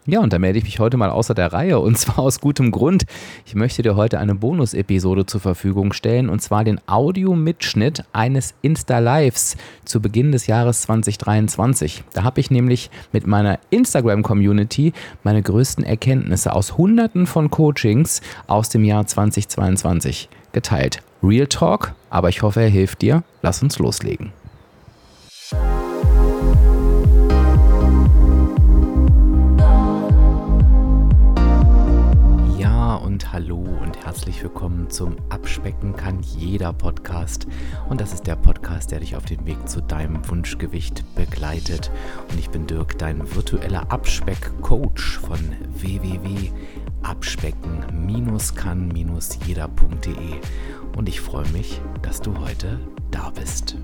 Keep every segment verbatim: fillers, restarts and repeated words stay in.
Ja, und da melde ich mich heute mal außer der Reihe und zwar aus gutem Grund. Ich möchte dir heute eine Bonus-Episode zur Verfügung stellen und zwar den Audiomitschnitt eines Insta-Lives zu Beginn des Jahres zwanzig dreiundzwanzig. Da habe ich nämlich mit meiner Instagram-Community meine größten Erkenntnisse aus Hunderten von Coachings aus dem Jahr zwanzig zweiundzwanzig geteilt. Real Talk, aber ich hoffe, er hilft dir. Lass uns loslegen. Und hallo und herzlich willkommen zum Abspecken kann jeder Podcast. Und das ist der Podcast, der dich auf den Weg zu deinem Wunschgewicht begleitet. Und ich bin Dirk, dein virtueller Abspeck-Coach von w w w punkt abspecken kann jeder punkt de. Und ich freue mich, dass du heute da bist.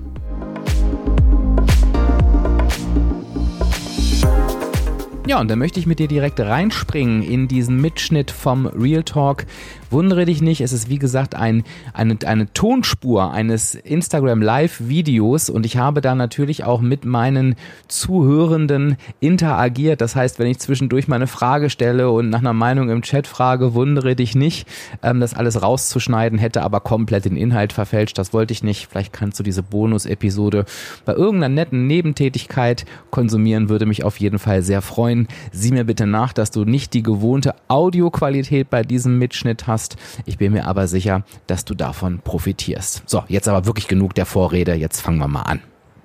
Ja, und da möchte ich mit dir direkt reinspringen in diesen Mitschnitt vom Real Talk. Wundere dich nicht, es ist wie gesagt ein, eine, eine Tonspur eines Instagram-Live-Videos und ich habe da natürlich auch mit meinen Zuhörenden interagiert. Das heißt, wenn ich zwischendurch mal eine Frage stelle und nach einer Meinung im Chat frage, wundere dich nicht, ähm, das alles rauszuschneiden, hätte aber komplett den Inhalt verfälscht. Das wollte ich nicht. Vielleicht kannst du diese Bonus-Episode bei irgendeiner netten Nebentätigkeit konsumieren, würde mich auf jeden Fall sehr freuen. Sieh mir bitte nach, dass du nicht die gewohnte Audioqualität bei diesem Mitschnitt hast. Ich bin mir aber sicher, dass du davon profitierst. So, jetzt aber wirklich genug der Vorrede. Jetzt fangen wir mal an.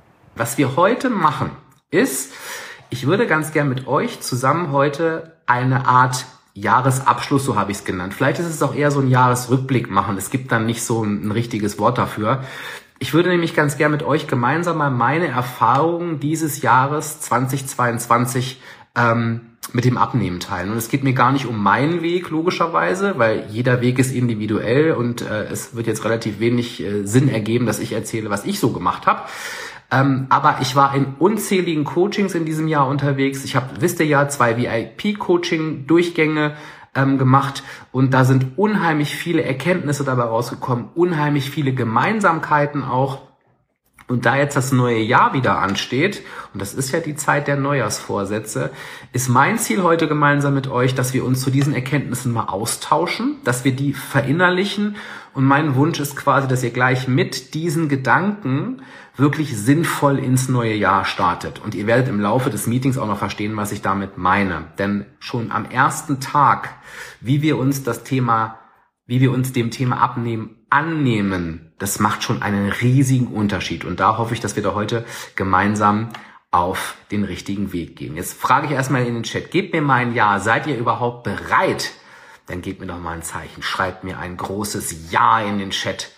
Was wir heute machen ist, ich würde ganz gern mit euch zusammen heute eine Art Jahresabschluss, so habe ich es genannt. Vielleicht ist es auch eher so ein Jahresrückblick machen. Es gibt dann nicht so ein, ein richtiges Wort dafür. Ich würde nämlich ganz gern mit euch gemeinsam mal meine Erfahrungen dieses Jahres zwanzig zweiundzwanzig ähm, mit dem Abnehmen teilen. Und es geht mir gar nicht um meinen Weg, logischerweise, weil jeder Weg ist individuell und äh, es wird jetzt relativ wenig äh, Sinn ergeben, dass ich erzähle, was ich so gemacht habe. Ähm, aber ich war in unzähligen Coachings in diesem Jahr unterwegs. Ich habe, wisst ihr ja, zwei V I P-Coaching-Durchgänge ähm, gemacht und da sind unheimlich viele Erkenntnisse dabei rausgekommen, unheimlich viele Gemeinsamkeiten auch. Und da jetzt das neue Jahr wieder ansteht, und das ist ja die Zeit der Neujahrsvorsätze, ist mein Ziel heute gemeinsam mit euch, dass wir uns zu diesen Erkenntnissen mal austauschen, dass wir die verinnerlichen. Und mein Wunsch ist quasi, dass ihr gleich mit diesen Gedanken wirklich sinnvoll ins neue Jahr startet. Und ihr werdet im Laufe des Meetings auch noch verstehen, was ich damit meine. Denn schon am ersten Tag, wie wir uns das Thema wie wir uns dem Thema Abnehmen annehmen, das macht schon einen riesigen Unterschied. Und da hoffe ich, dass wir da heute gemeinsam auf den richtigen Weg gehen. Jetzt frage ich erstmal in den Chat, gebt mir mal ein Ja, seid ihr überhaupt bereit? Dann gebt mir doch mal ein Zeichen, schreibt mir ein großes Ja in den Chat.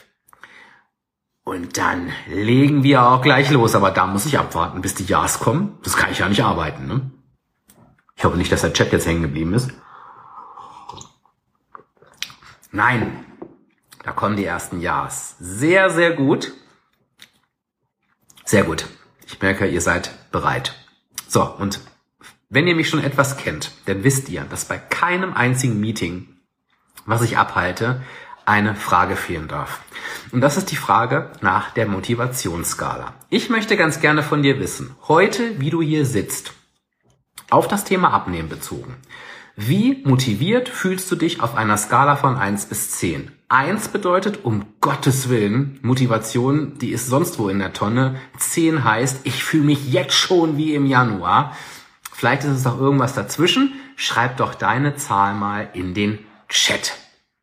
Und dann legen wir auch gleich los. Aber da muss ich abwarten, bis die Ja's kommen. Das kann ich ja nicht arbeiten, ne? Ich hoffe nicht, dass der Chat jetzt hängen geblieben ist. Nein, da kommen die ersten Ja's. Sehr, sehr gut. Sehr gut. Ich merke, ihr seid bereit. So, und wenn ihr mich schon etwas kennt, dann wisst ihr, dass bei keinem einzigen Meeting, was ich abhalte, eine Frage fehlen darf. Und das ist die Frage nach der Motivationsskala. Ich möchte ganz gerne von dir wissen, heute, wie du hier sitzt, auf das Thema Abnehmen bezogen. Wie motiviert fühlst du dich auf einer Skala von eins bis zehn? eins bedeutet, um Gottes Willen, Motivation, die ist sonst wo in der Tonne. zehn heißt, ich fühle mich jetzt schon wie im Januar. Vielleicht ist es doch irgendwas dazwischen. Schreib doch deine Zahl mal in den Chat.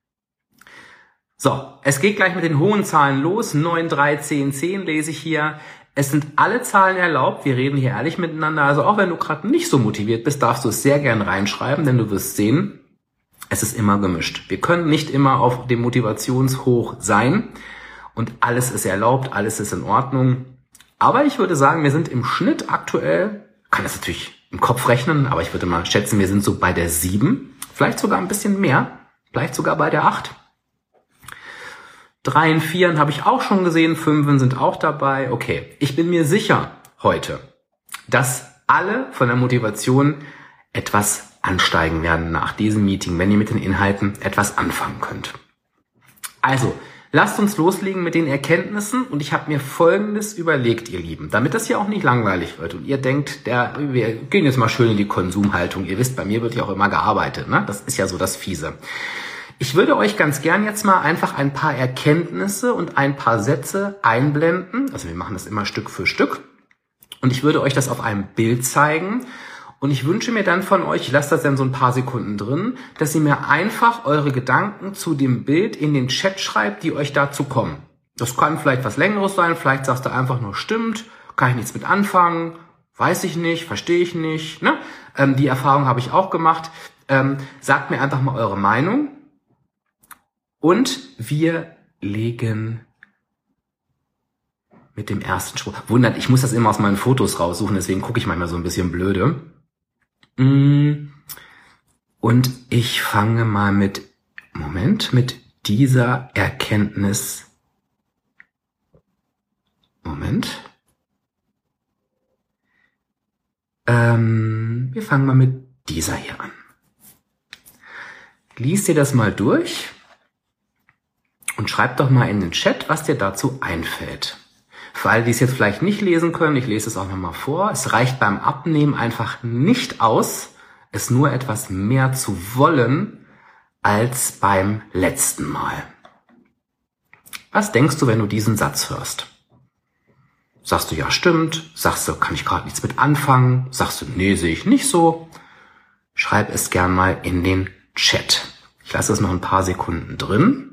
So, es geht gleich mit den hohen Zahlen los. neun, drei, zehn, zehn lese ich hier. Es sind alle Zahlen erlaubt, wir reden hier ehrlich miteinander, also auch wenn du gerade nicht so motiviert bist, darfst du es sehr gern reinschreiben, denn du wirst sehen, es ist immer gemischt. Wir können nicht immer auf dem Motivationshoch sein und alles ist erlaubt, alles ist in Ordnung. Aber ich würde sagen, wir sind im Schnitt aktuell, kann das natürlich im Kopf rechnen, aber ich würde mal schätzen, wir sind so bei der sieben, vielleicht sogar ein bisschen mehr, vielleicht sogar bei der acht. Dreien, Vieren habe ich auch schon gesehen, Fünfen sind auch dabei. Okay, ich bin mir sicher heute, dass alle von der Motivation etwas ansteigen werden nach diesem Meeting, wenn ihr mit den Inhalten etwas anfangen könnt. Also, Lasst uns loslegen mit den Erkenntnissen und ich habe mir Folgendes überlegt, ihr Lieben, damit das hier auch nicht langweilig wird und ihr denkt, der, wir gehen jetzt mal schön in die Konsumhaltung. Ihr wisst, bei mir wird ja auch immer gearbeitet, ne? Das ist ja so das Fiese. Ich würde euch ganz gern jetzt mal einfach ein paar Erkenntnisse und ein paar Sätze einblenden. Also wir machen das immer Stück für Stück. Und ich würde euch das auf einem Bild zeigen. Und ich wünsche mir dann von euch, ich lasse das dann so ein paar Sekunden drin, dass ihr mir einfach eure Gedanken zu dem Bild in den Chat schreibt, die euch dazu kommen. Das kann vielleicht was Längeres sein, vielleicht sagst du einfach nur, stimmt, kann ich nichts mit anfangen, weiß ich nicht, verstehe ich nicht. Ne? Ähm, die Erfahrung habe ich auch gemacht. Ähm, sagt mir einfach mal eure Meinung. Und wir legen mit dem ersten Spruch. Wundert, ich muss das immer aus meinen Fotos raussuchen, deswegen gucke ich manchmal so ein bisschen blöde. Und ich fange mal mit, Moment, mit dieser Erkenntnis. Moment. Ähm, wir fangen mal mit dieser hier an. Lies dir das mal durch und schreib doch mal in den Chat, was dir dazu einfällt. Für alle, die es jetzt vielleicht nicht lesen können, ich lese es auch nochmal vor. Es reicht beim Abnehmen einfach nicht aus, es nur etwas mehr zu wollen als beim letzten Mal. Was denkst du, wenn du diesen Satz hörst? Sagst du, ja, stimmt? Sagst du, kann ich gerade nichts mit anfangen? Sagst du, nee, sehe ich nicht so? Schreib es gern mal in den Chat. Ich lasse es noch ein paar Sekunden drin.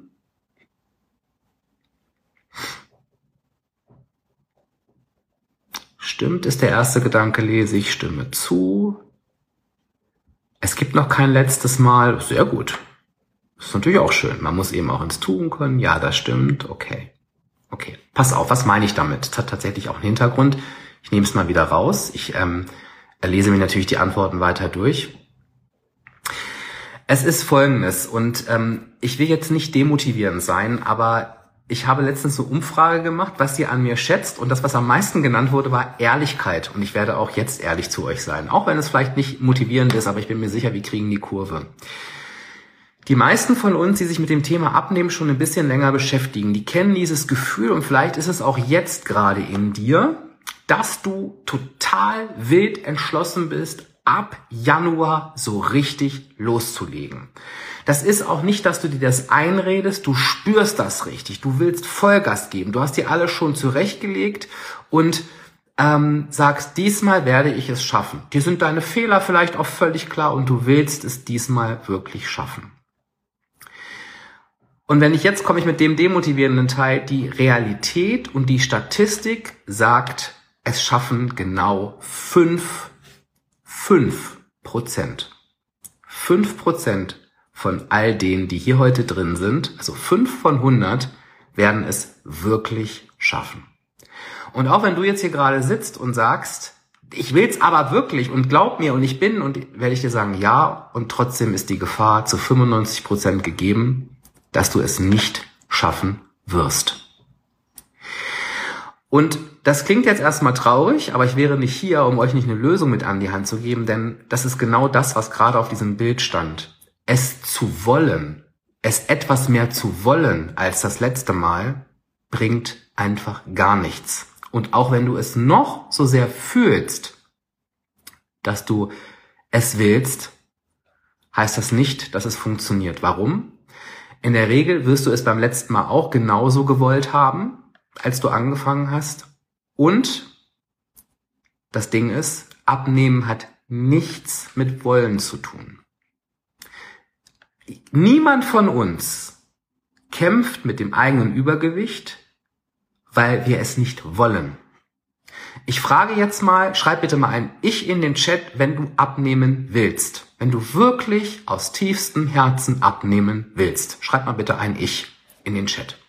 Stimmt, ist der erste Gedanke, lese ich, stimme zu. Es gibt noch kein letztes Mal. Sehr gut. Das ist natürlich auch schön. Man muss eben auch ins Tun können. Ja, das stimmt. Okay. Okay. Pass auf, was meine ich damit? Das hat tatsächlich auch einen Hintergrund. Ich nehme es mal wieder raus. Ich ähm, lese mir natürlich die Antworten weiter durch. Es ist Folgendes und ähm, ich will jetzt nicht demotivierend sein, aber ich habe letztens eine Umfrage gemacht, was ihr an mir schätzt und das, was am meisten genannt wurde, war Ehrlichkeit und ich werde auch jetzt ehrlich zu euch sein, auch wenn es vielleicht nicht motivierend ist, aber ich bin mir sicher, wir kriegen die Kurve. Die meisten von uns, die sich mit dem Thema Abnehmen schon ein bisschen länger beschäftigen, die kennen dieses Gefühl und vielleicht ist es auch jetzt gerade in dir, dass du total wild entschlossen bist, ab Januar so richtig loszulegen. Das ist auch nicht, dass du dir das einredest, du spürst das richtig, du willst Vollgas geben, du hast dir alles schon zurechtgelegt und ähm, sagst, diesmal werde ich es schaffen. Dir sind deine Fehler vielleicht auch völlig klar und du willst es diesmal wirklich schaffen. Und wenn ich jetzt komme ich mit dem demotivierenden Teil, die Realität und die Statistik sagt, es schaffen genau fünf, fünf Prozent. Fünf Prozent von all denen, die hier heute drin sind, also fünf von hundert, werden es wirklich schaffen. Und auch wenn du jetzt hier gerade sitzt und sagst, ich will's aber wirklich und glaub mir und ich bin, und werde ich dir sagen, ja, und trotzdem ist die Gefahr zu fünfundneunzig Prozent gegeben, dass du es nicht schaffen wirst. Und das klingt jetzt erstmal traurig, aber ich wäre nicht hier, um euch nicht eine Lösung mit an die Hand zu geben, denn das ist genau das, was gerade auf diesem Bild stand. Es zu wollen, es etwas mehr zu wollen als das letzte Mal, bringt einfach gar nichts. Und auch wenn du es noch so sehr fühlst, dass du es willst, heißt das nicht, dass es funktioniert. Warum? In der Regel wirst du es beim letzten Mal auch genauso gewollt haben, als du angefangen hast. Und das Ding ist, Abnehmen hat nichts mit Wollen zu tun. Niemand von uns kämpft mit dem eigenen Übergewicht, weil wir es nicht wollen. Ich frage jetzt mal, schreib bitte mal ein Ich in den Chat, wenn du abnehmen willst. Wenn du wirklich aus tiefstem Herzen abnehmen willst. Schreib mal bitte ein Ich in den Chat.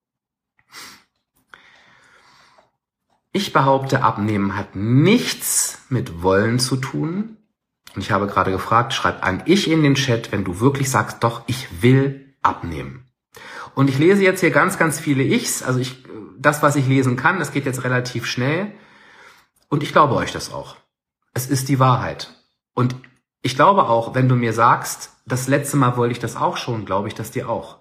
Ich behaupte, Abnehmen hat nichts mit Wollen zu tun. Und ich habe gerade gefragt, schreib ein Ich in den Chat, wenn du wirklich sagst, doch, ich will abnehmen. Und ich lese jetzt hier ganz, ganz viele Ichs. Also ich, das, was ich lesen kann, das geht jetzt relativ schnell. Und ich glaube euch das auch. Es ist die Wahrheit. Und ich glaube auch, wenn du mir sagst, das letzte Mal wollte ich das auch schon, glaube ich das dir auch.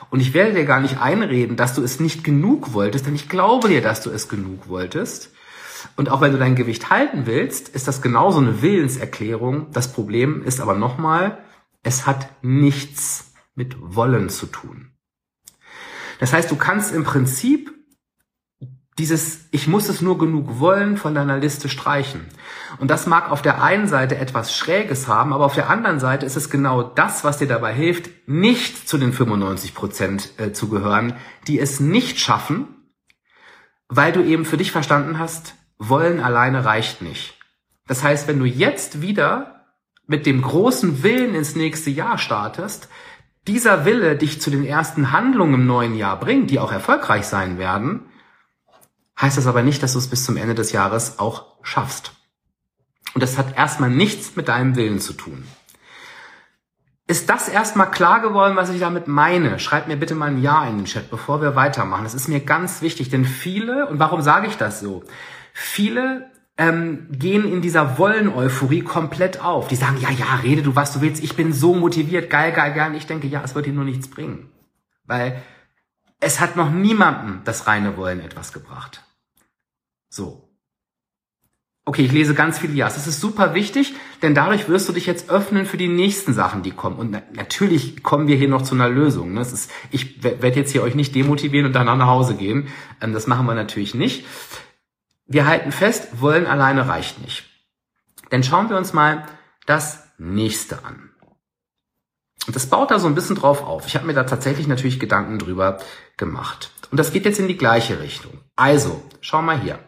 Und ich werde dir gar nicht einreden, dass du es nicht genug wolltest, denn ich glaube dir, dass du es genug wolltest. Und auch wenn du dein Gewicht halten willst, ist das genauso eine Willenserklärung. Das Problem ist aber nochmal, es hat nichts mit Wollen zu tun. Das heißt, du kannst im Prinzip dieses Ich muss es nur genug wollen von deiner Liste streichen. Und das mag auf der einen Seite etwas Schräges haben, aber auf der anderen Seite ist es genau das, was dir dabei hilft, nicht zu den fünfundneunzig Prozent äh, zu gehören, die es nicht schaffen, weil du eben für dich verstanden hast, Wollen alleine reicht nicht. Das heißt, wenn du jetzt wieder mit dem großen Willen ins nächste Jahr startest, dieser Wille dich zu den ersten Handlungen im neuen Jahr bringt, die auch erfolgreich sein werden, heißt das aber nicht, dass du es bis zum Ende des Jahres auch schaffst. Und das hat erstmal nichts mit deinem Willen zu tun. Ist das erstmal klar geworden, was ich damit meine? Schreib mir bitte mal ein Ja in den Chat, bevor wir weitermachen. Das ist mir ganz wichtig, denn viele, und warum sage ich das so? Viele ähm, gehen in dieser Wollen-Euphorie komplett auf. Die sagen, ja, ja, rede du, was du willst, ich bin so motiviert, geil, geil, geil. Und ich denke, ja, es wird dir nur nichts bringen. Weil es hat noch niemandem das reine Wollen etwas gebracht. So. Okay, ich lese ganz viele Ja's. Das ist super wichtig, denn dadurch wirst du dich jetzt öffnen für die nächsten Sachen, die kommen. Und na- natürlich kommen wir hier noch zu einer Lösung. Ne? Das ist, ich w- werde jetzt hier euch nicht demotivieren und danach nach Hause gehen. Ähm, das machen wir natürlich nicht. Wir halten fest, Wollen alleine reicht nicht. Dann schauen wir uns mal das nächste an. Und das baut da so ein bisschen drauf auf. Ich habe mir da tatsächlich natürlich Gedanken drüber gemacht. Und das geht jetzt in die gleiche Richtung. Also, schau mal hier.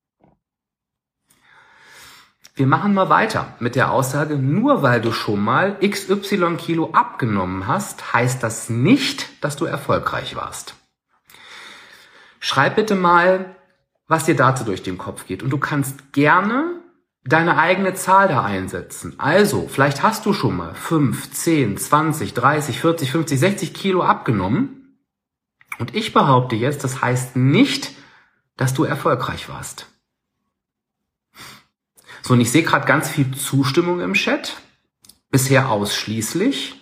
Wir machen mal weiter mit der Aussage, nur weil du schon mal X Y Kilo abgenommen hast, heißt das nicht, dass du erfolgreich warst. Schreib bitte mal, was dir dazu durch den Kopf geht. Und du kannst gerne deine eigene Zahl da einsetzen. Also, vielleicht hast du schon mal fünf, zehn, zwanzig, dreißig, vierzig, fünfzig, sechzig Kilo abgenommen. Und ich behaupte jetzt, das heißt nicht, dass du erfolgreich warst. So, und ich sehe gerade ganz viel Zustimmung im Chat. Bisher ausschließlich.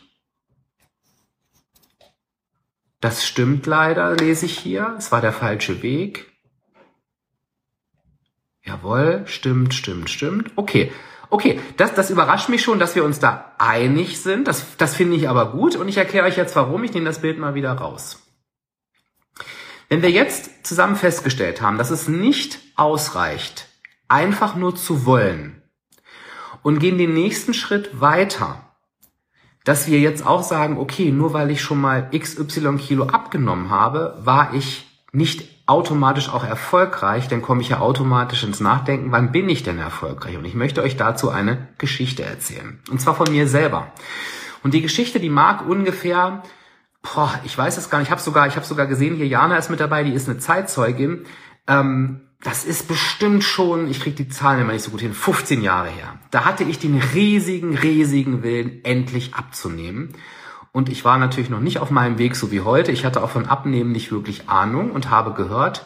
Das stimmt leider, lese ich hier. Es war der falsche Weg. Jawohl, stimmt, stimmt, stimmt. Okay, okay, das, das überrascht mich schon, dass wir uns da einig sind. Das, das finde ich aber gut und ich erkläre euch jetzt warum. Ich nehme das Bild mal wieder raus. Wenn wir jetzt zusammen festgestellt haben, dass es nicht ausreicht, einfach nur zu wollen und gehen den nächsten Schritt weiter, dass wir jetzt auch sagen, okay, nur weil ich schon mal X Y Kilo abgenommen habe, war ich nicht automatisch auch erfolgreich, dann komme ich ja automatisch ins Nachdenken, wann bin ich denn erfolgreich? Und ich möchte euch dazu eine Geschichte erzählen. Und zwar von mir selber. Und die Geschichte, die mag ungefähr, boah, ich weiß es gar nicht, ich habe sogar, ich habe sogar gesehen, hier Jana ist mit dabei, die ist eine Zeitzeugin. Ähm, das ist bestimmt schon, ich kriege die Zahlen immer nicht so gut hin, fünfzehn Jahre her. Da hatte ich den riesigen, riesigen Willen, endlich abzunehmen. Und ich war natürlich noch nicht auf meinem Weg, so wie heute. Ich hatte auch von Abnehmen nicht wirklich Ahnung und habe gehört,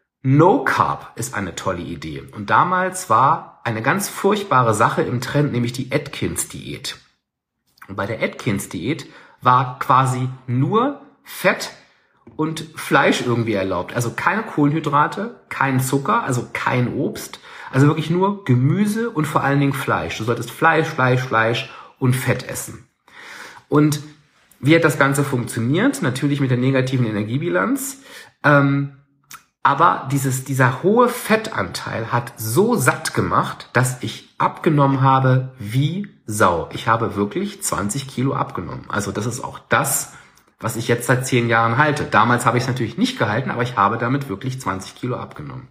No Carb ist eine tolle Idee. Und damals war eine ganz furchtbare Sache im Trend, nämlich die Atkins-Diät. Und bei der Atkins-Diät war quasi nur Fett und Fleisch irgendwie erlaubt. Also keine Kohlenhydrate, kein Zucker, also kein Obst. Also wirklich nur Gemüse und vor allen Dingen Fleisch. Du solltest Fleisch, Fleisch, Fleisch und Fett essen. Und wie hat das Ganze funktioniert? Natürlich mit der negativen Energiebilanz. Ähm, aber dieses, dieser hohe Fettanteil hat so satt gemacht, dass ich abgenommen habe wie Sau. Ich habe wirklich zwanzig Kilo abgenommen. Also das ist auch das, was ich jetzt seit zehn Jahren halte. Damals habe ich es natürlich nicht gehalten, aber ich habe damit wirklich zwanzig Kilo abgenommen.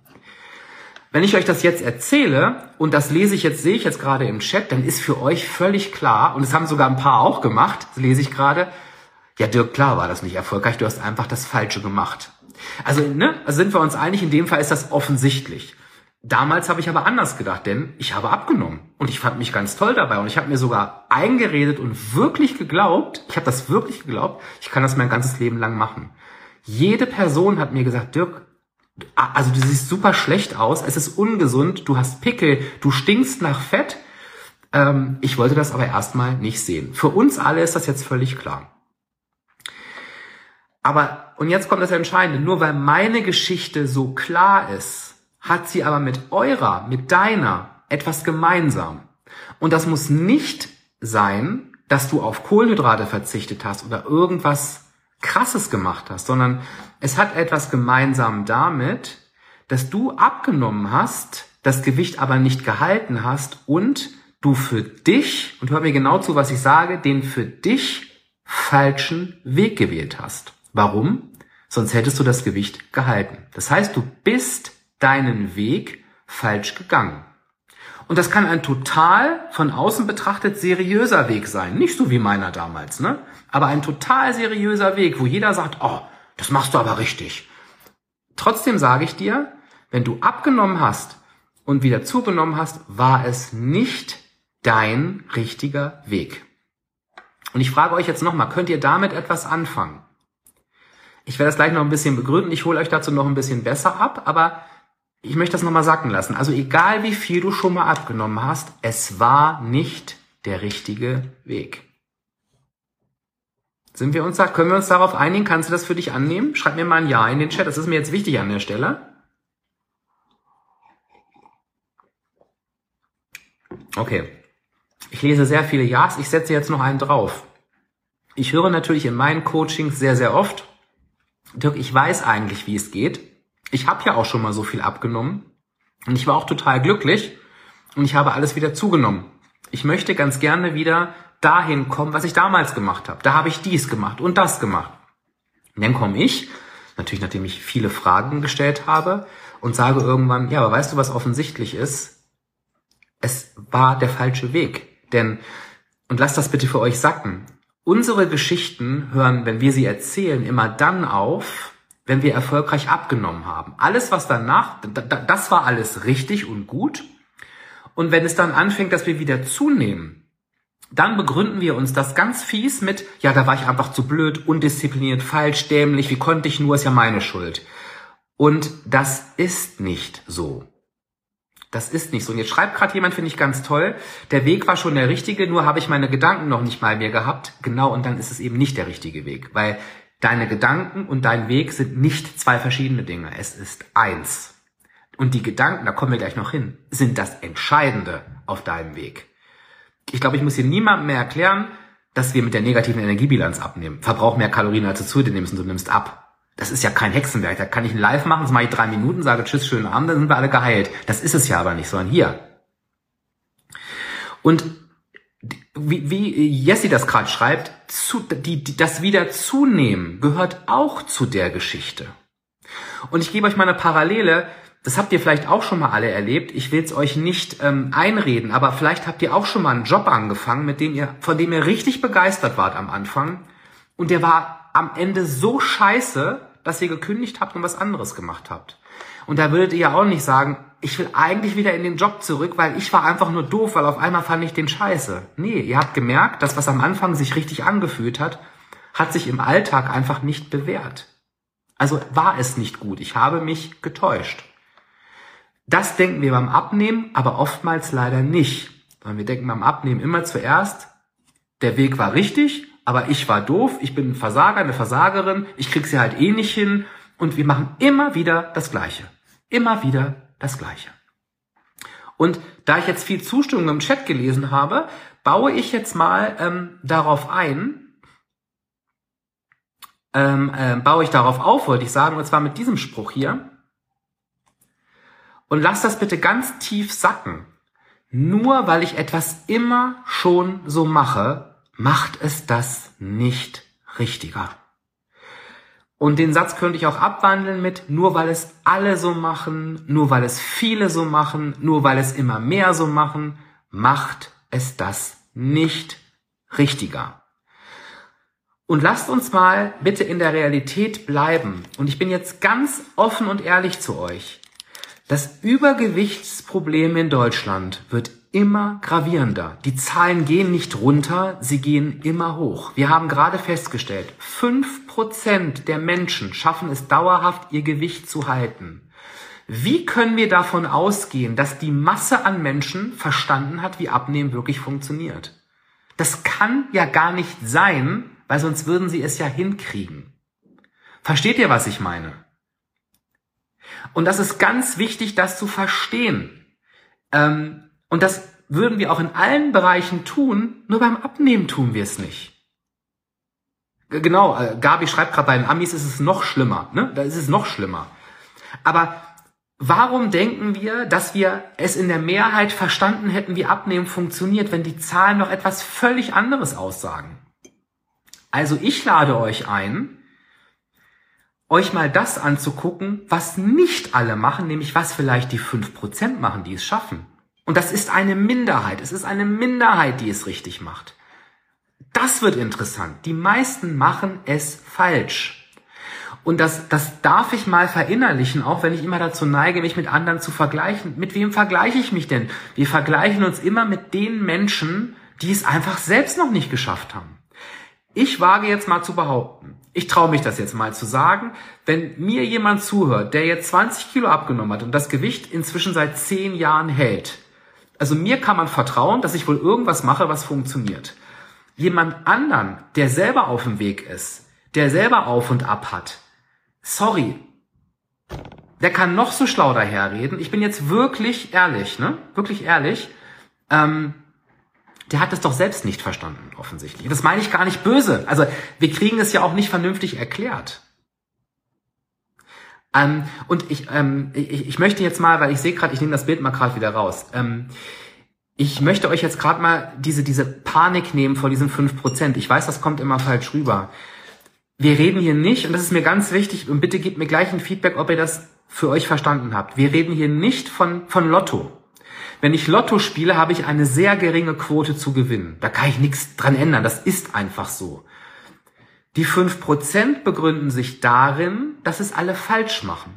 Wenn ich euch das jetzt erzähle, und das lese ich jetzt, sehe ich jetzt gerade im Chat, dann ist für euch völlig klar, und es haben sogar ein paar auch gemacht, das lese ich gerade, ja Dirk, klar war das nicht erfolgreich, du hast einfach das Falsche gemacht. Also, ne, also sind wir uns einig, in dem Fall ist das offensichtlich. Damals habe ich aber anders gedacht, denn ich habe abgenommen und ich fand mich ganz toll dabei und ich habe mir sogar eingeredet und wirklich geglaubt, ich habe das wirklich geglaubt, ich kann das mein ganzes Leben lang machen. Jede Person hat mir gesagt, Dirk, also du siehst super schlecht aus, es ist ungesund, du hast Pickel, du stinkst nach Fett. Ähm, ich wollte das aber erstmal nicht sehen. Für uns alle ist das jetzt völlig klar. Aber, und jetzt kommt das Entscheidende, nur weil meine Geschichte so klar ist, hat sie aber mit eurer, mit deiner etwas gemeinsam. Und das muss nicht sein, dass du auf Kohlenhydrate verzichtet hast oder irgendwas Krasses gemacht hast, sondern es hat etwas gemeinsam damit, dass du abgenommen hast, das Gewicht aber nicht gehalten hast und du für dich, und hör mir genau zu, was ich sage, den für dich falschen Weg gewählt hast. Warum? Sonst hättest du das Gewicht gehalten. Das heißt, du bist deinen Weg falsch gegangen. Und das kann ein total von außen betrachtet seriöser Weg sein. Nicht so wie meiner damals, ne? Aber ein total seriöser Weg, wo jeder sagt, oh, das machst du aber richtig. Trotzdem sage ich dir, wenn du abgenommen hast und wieder zugenommen hast, war es nicht dein richtiger Weg. Und ich frage euch jetzt nochmal, könnt ihr damit etwas anfangen? Ich werde das gleich noch ein bisschen begründen. Ich hole euch dazu noch ein bisschen besser ab, aber ich möchte das nochmal sacken lassen. Also egal wie viel du schon mal abgenommen hast, es war nicht der richtige Weg. Sind wir uns da, können wir uns darauf einigen? Kannst du das für dich annehmen? Schreib mir mal ein Ja in den Chat. Das ist mir jetzt wichtig an der Stelle. Okay. Ich lese sehr viele Ja's. Ich setze jetzt noch einen drauf. Ich höre natürlich in meinen Coachings sehr, sehr oft, Dirk, ich weiß eigentlich, wie es geht. Ich habe ja auch schon mal so viel abgenommen und ich war auch total glücklich und ich habe alles wieder zugenommen. Ich möchte ganz gerne wieder dahin kommen, was ich damals gemacht habe. Da habe ich dies gemacht und das gemacht. Und dann komme ich, natürlich nachdem ich viele Fragen gestellt habe, und sage irgendwann, ja, aber weißt du, was offensichtlich ist? Es war der falsche Weg. Denn, und lasst das bitte für euch sacken, unsere Geschichten hören, wenn wir sie erzählen, immer dann auf, wenn wir erfolgreich abgenommen haben. Alles, was danach, das war alles richtig und gut. Und wenn es dann anfängt, dass wir wieder zunehmen, dann begründen wir uns das ganz fies mit, ja, da war ich einfach zu blöd, undiszipliniert, falsch, dämlich, wie konnte ich nur, ist ja meine Schuld. Und das ist nicht so. Das ist nicht so. Und jetzt schreibt gerade jemand, finde ich ganz toll, der Weg war schon der richtige, nur habe ich meine Gedanken noch nicht bei mir gehabt. Genau, und dann ist es eben nicht der richtige Weg, weil deine Gedanken und dein Weg sind nicht zwei verschiedene Dinge. Es ist eins. Und die Gedanken, da kommen wir gleich noch hin, sind das Entscheidende auf deinem Weg. Ich glaube, ich muss hier niemandem mehr erklären, dass wir mit der negativen Energiebilanz abnehmen. Verbrauch mehr Kalorien, als du zu dir nimmst und du nimmst ab. Das ist ja kein Hexenwerk. Da kann ich ein Live machen, das mache ich drei Minuten, sage tschüss, schönen Abend, dann sind wir alle geheilt. Das ist es ja aber nicht, sondern hier. Und wie, wie Jessie das gerade schreibt, zu, die, die, das Wiederzunehmen gehört auch zu der Geschichte. Und ich gebe euch mal eine Parallele. Das habt ihr vielleicht auch schon mal alle erlebt. Ich will es euch nicht ähm, einreden, aber vielleicht habt ihr auch schon mal einen Job angefangen, mit dem ihr, von dem ihr richtig begeistert wart am Anfang. Und der war am Ende so scheiße, dass ihr gekündigt habt und was anderes gemacht habt. Und da würdet ihr ja auch nicht sagen, ich will eigentlich wieder in den Job zurück, weil ich war einfach nur doof, weil auf einmal fand ich den scheiße. Nee, ihr habt gemerkt, dass was am Anfang sich richtig angefühlt hat, hat sich im Alltag einfach nicht bewährt. Also war es nicht gut. Ich habe mich getäuscht. Das denken wir beim Abnehmen, aber oftmals leider nicht. Weil wir denken beim Abnehmen immer zuerst, der Weg war richtig, aber ich war doof, ich bin ein Versager, eine Versagerin, ich krieg's ja halt eh nicht hin und wir machen immer wieder das Gleiche. Immer wieder das Gleiche. Und da ich jetzt viel Zustimmung im Chat gelesen habe, baue ich jetzt mal ähm, darauf ein, ähm, äh, baue ich darauf auf, wollte ich sagen, und zwar mit diesem Spruch hier. Und lasst das bitte ganz tief sacken. Nur weil ich etwas immer schon so mache, macht es das nicht richtiger. Und den Satz könnte ich auch abwandeln mit, nur weil es alle so machen, nur weil es viele so machen, nur weil es immer mehr so machen, macht es das nicht richtiger. Und lasst uns mal bitte in der Realität bleiben. Und ich bin jetzt ganz offen und ehrlich zu euch. Das Übergewichtsproblem in Deutschland wird immer gravierender. Die Zahlen gehen nicht runter, sie gehen immer hoch. Wir haben gerade festgestellt, fünf Prozent der Menschen schaffen es dauerhaft, ihr Gewicht zu halten. Wie können wir davon ausgehen, dass die Masse an Menschen verstanden hat, wie Abnehmen wirklich funktioniert? Das kann ja gar nicht sein, weil sonst würden sie es ja hinkriegen. Versteht ihr, was ich meine? Und das ist ganz wichtig, das zu verstehen. Ähm, und das würden wir auch in allen Bereichen tun, nur beim Abnehmen tun wir es nicht. Genau, äh, Gabi schreibt gerade, bei den Amis ist es noch schlimmer, ne? Da ist es noch schlimmer. Aber warum denken wir, dass wir es in der Mehrheit verstanden hätten, wie Abnehmen funktioniert, wenn die Zahlen noch etwas völlig anderes aussagen? Also ich lade euch ein, euch mal das anzugucken, was nicht alle machen, nämlich was vielleicht die fünf Prozent machen, die es schaffen. Und das ist eine Minderheit. Es ist eine Minderheit, die es richtig macht. Das wird interessant. Die meisten machen es falsch. Und das, das darf ich mal verinnerlichen, auch wenn ich immer dazu neige, mich mit anderen zu vergleichen. Mit wem vergleiche ich mich denn? Wir vergleichen uns immer mit den Menschen, die es einfach selbst noch nicht geschafft haben. Ich wage jetzt mal zu behaupten, ich traue mich das jetzt mal zu sagen, wenn mir jemand zuhört, der jetzt zwanzig Kilo abgenommen hat und das Gewicht inzwischen seit zehn Jahren hält, also mir kann man vertrauen, dass ich wohl irgendwas mache, was funktioniert. Jemand anderen, der selber auf dem Weg ist, der selber auf und ab hat, sorry, der kann noch so schlau daherreden. Ich bin jetzt wirklich ehrlich, ne? Wirklich ehrlich. Ähm, der hat es doch selbst nicht verstanden, offensichtlich. Das meine ich gar nicht böse. Also wir kriegen es ja auch nicht vernünftig erklärt. Ähm, und ich, ähm, ich, ich möchte jetzt mal, weil ich sehe gerade, ich nehme das Bild mal gerade wieder raus. Ähm, ich möchte euch jetzt gerade mal diese, diese Panik nehmen vor diesen fünf Prozent. Ich weiß, das kommt immer falsch rüber. Wir reden hier nicht, und das ist mir ganz wichtig, und bitte gebt mir gleich ein Feedback, ob ihr das für euch verstanden habt. Wir reden hier nicht von, von Lotto. Wenn ich Lotto spiele, habe ich eine sehr geringe Quote zu gewinnen. Da kann ich nichts dran ändern. Das ist einfach so. Die fünf Prozent begründen sich darin, dass es alle falsch machen.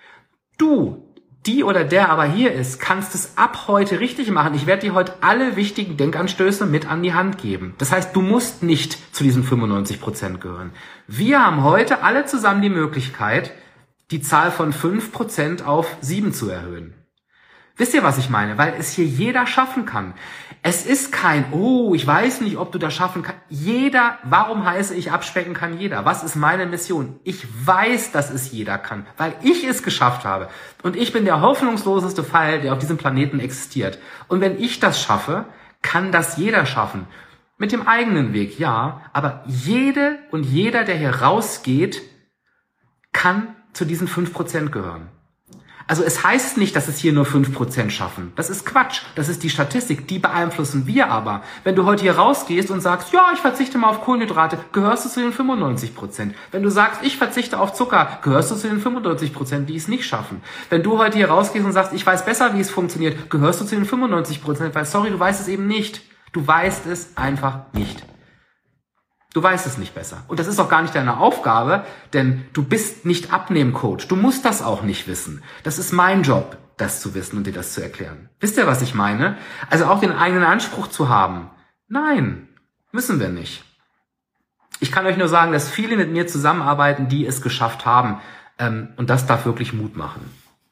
Du, die oder der aber hier ist, kannst es ab heute richtig machen. Ich werde dir heute alle wichtigen Denkanstöße mit an die Hand geben. Das heißt, du musst nicht zu diesen fünfundneunzig Prozent gehören. Wir haben heute alle zusammen die Möglichkeit, die Zahl von fünf Prozent auf sieben zu erhöhen. Wisst ihr, was ich meine? Weil es hier jeder schaffen kann. Es ist kein, oh, ich weiß nicht, ob du das schaffen kannst. Jeder, warum heiße ich, abspecken kann jeder? Was ist meine Mission? Ich weiß, dass es jeder kann, weil ich es geschafft habe. Und ich bin der hoffnungsloseste Fall, der auf diesem Planeten existiert. Und wenn ich das schaffe, kann das jeder schaffen. Mit dem eigenen Weg, ja. Aber jede und jeder, der hier rausgeht, kann zu diesen fünf Prozent gehören. Also es heißt nicht, dass es hier nur fünf Prozent schaffen. Das ist Quatsch. Das ist die Statistik. Die beeinflussen wir aber. Wenn du heute hier rausgehst und sagst, ja, ich verzichte mal auf Kohlenhydrate, gehörst du zu den fünfundneunzig Prozent. Wenn du sagst, ich verzichte auf Zucker, gehörst du zu den fünfundneunzig Prozent, die es nicht schaffen. Wenn du heute hier rausgehst und sagst, ich weiß besser, wie es funktioniert, gehörst du zu den fünfundneunzig Prozent, weil sorry, du weißt es eben nicht. Du weißt es einfach nicht. Du weißt es nicht besser. Und das ist auch gar nicht deine Aufgabe, denn du bist nicht Abnehmcoach. Du musst das auch nicht wissen. Das ist mein Job, das zu wissen und dir das zu erklären. Wisst ihr, was ich meine? Also auch den eigenen Anspruch zu haben. Nein, müssen wir nicht. Ich kann euch nur sagen, dass viele mit mir zusammenarbeiten, die es geschafft haben. Und das darf wirklich Mut machen.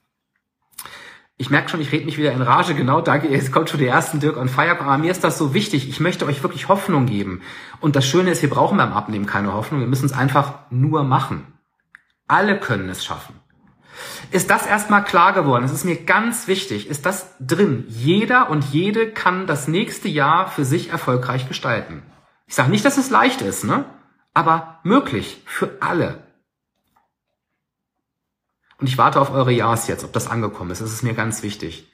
Ich merke schon, ich rede mich wieder in Rage. Genau, danke. Jetzt kommt schon der ersten Dirk on Fire. Aber mir ist das so wichtig. Ich möchte euch wirklich Hoffnung geben. Und das Schöne ist, wir brauchen beim Abnehmen keine Hoffnung. Wir müssen es einfach nur machen. Alle können es schaffen. Ist das erstmal klar geworden? Das ist mir ganz wichtig. Ist das drin? Jeder und jede kann das nächste Jahr für sich erfolgreich gestalten. Ich sage nicht, dass es leicht ist, ne? Aber möglich für alle. Und ich warte auf eure Ja's jetzt, ob das angekommen ist. Das ist mir ganz wichtig.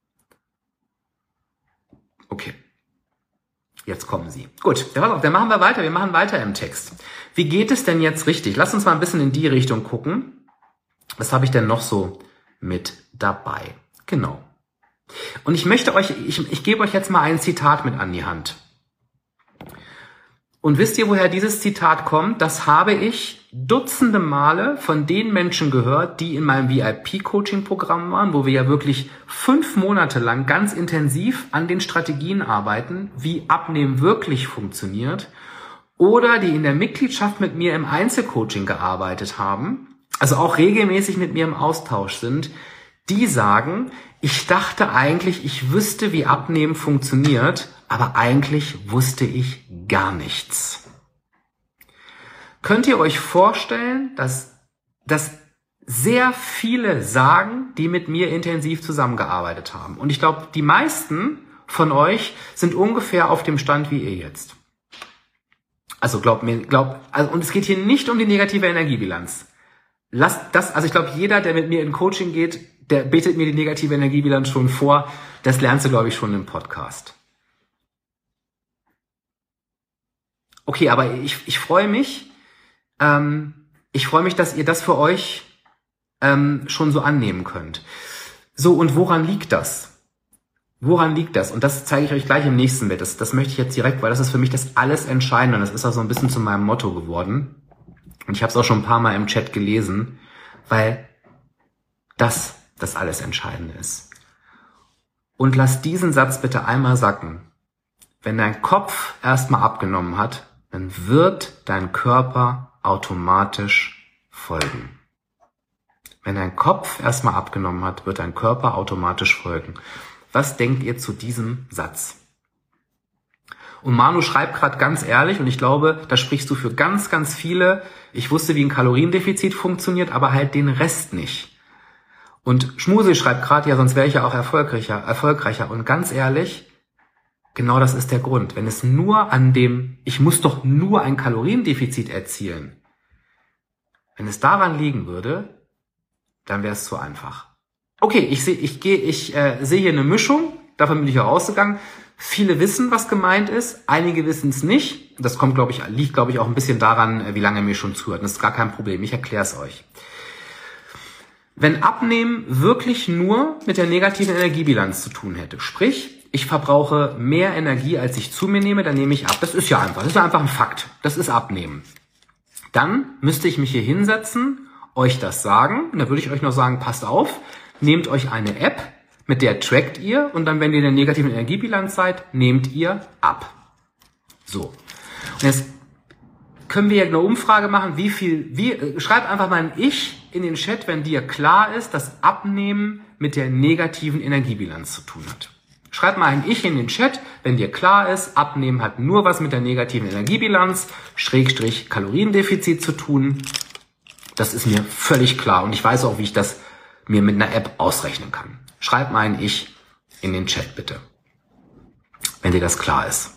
Okay. Jetzt kommen sie. Gut, dann machen wir weiter. Wir machen weiter im Text. Wie geht es denn jetzt richtig? Lasst uns mal ein bisschen in die Richtung gucken. Was habe ich denn noch so mit dabei? Genau. Und ich möchte euch, ich, ich gebe euch jetzt mal ein Zitat mit an die Hand. Und wisst ihr, woher dieses Zitat kommt? Das habe ich dutzende Male von den Menschen gehört, die in meinem V I P-Coaching-Programm waren, wo wir ja wirklich fünf Monate lang ganz intensiv an den Strategien arbeiten, wie Abnehmen wirklich funktioniert, oder die in der Mitgliedschaft mit mir im Einzelcoaching gearbeitet haben, also auch regelmäßig mit mir im Austausch sind, die sagen, ich dachte eigentlich, ich wüsste, wie Abnehmen funktioniert, aber eigentlich wusste ich gar nichts. könnt ihr euch vorstellen, dass, dass sehr viele sagen, die mit mir intensiv zusammengearbeitet haben. Und ich glaube, die meisten von euch sind ungefähr auf dem Stand wie ihr jetzt. Also glaubt mir, glaubt, also, und es geht hier nicht um die negative Energiebilanz. Lasst das, also ich glaube, jeder, der mit mir in Coaching geht, der betet mir die negative Energiebilanz schon vor. Das lernst du, glaube ich, schon im Podcast. Okay, aber ich, ich freue mich, ähm, ich freue mich, dass ihr das für euch ähm, schon so annehmen könnt. So, und woran liegt das? Woran liegt das? Und das zeige ich euch gleich im nächsten Bild. Das, das möchte ich jetzt direkt, weil das ist für mich das alles Entscheidende. Und das ist auch so ein bisschen zu meinem Motto geworden. Und ich habe es auch schon ein paar Mal im Chat gelesen, weil das das alles Entscheidende ist. Und lass diesen Satz bitte einmal sacken. Wenn dein Kopf erstmal abgenommen hat, dann wird dein Körper automatisch folgen. Wenn dein Kopf erstmal abgenommen hat, wird dein Körper automatisch folgen. Was denkt ihr zu diesem Satz? Und Manu schreibt gerade ganz ehrlich, und ich glaube, da sprichst du für ganz, ganz viele. Ich wusste, wie ein Kaloriendefizit funktioniert, aber halt den Rest nicht. Und Schmuse schreibt gerade, ja, sonst wäre ich ja auch erfolgreicher, erfolgreicher. Und ganz ehrlich, genau das ist der Grund. Wenn es nur an dem, ich muss doch nur ein Kaloriendefizit erzielen, wenn es daran liegen würde, dann wäre es zu einfach. Okay, ich sehe, ich gehe, ich äh, sehe hier eine Mischung. Davon bin ich auch ausgegangen. Viele wissen, was gemeint ist. Einige wissen es nicht. Das kommt, glaube ich, liegt, glaube ich, auch ein bisschen daran, wie lange ihr mir schon zuhört. Das ist gar kein Problem. Ich erkläre es euch. Wenn Abnehmen wirklich nur mit der negativen Energiebilanz zu tun hätte, sprich, ich verbrauche mehr Energie, als ich zu mir nehme, dann nehme ich ab. Das ist ja einfach. Das ist ja einfach ein Fakt. Das ist Abnehmen. Dann müsste ich mich hier hinsetzen, euch das sagen. Und dann würde ich euch noch sagen, passt auf, nehmt euch eine App, mit der trackt ihr, und dann, wenn ihr in der negativen Energiebilanz seid, nehmt ihr ab. So. Und jetzt können wir ja eine Umfrage machen, wie viel, wie, schreibt einfach mal ein Ich in den Chat, wenn dir klar ist, dass Abnehmen mit der negativen Energiebilanz zu tun hat. Schreibt mal ein Ich in den Chat, wenn dir klar ist, Abnehmen hat nur was mit der negativen Energiebilanz, Schrägstrich Kaloriendefizit zu tun. Das ist mir völlig klar, und ich weiß auch, wie ich das mir mit einer App ausrechnen kann. Schreibt mal ein Ich in den Chat, bitte, wenn dir das klar ist.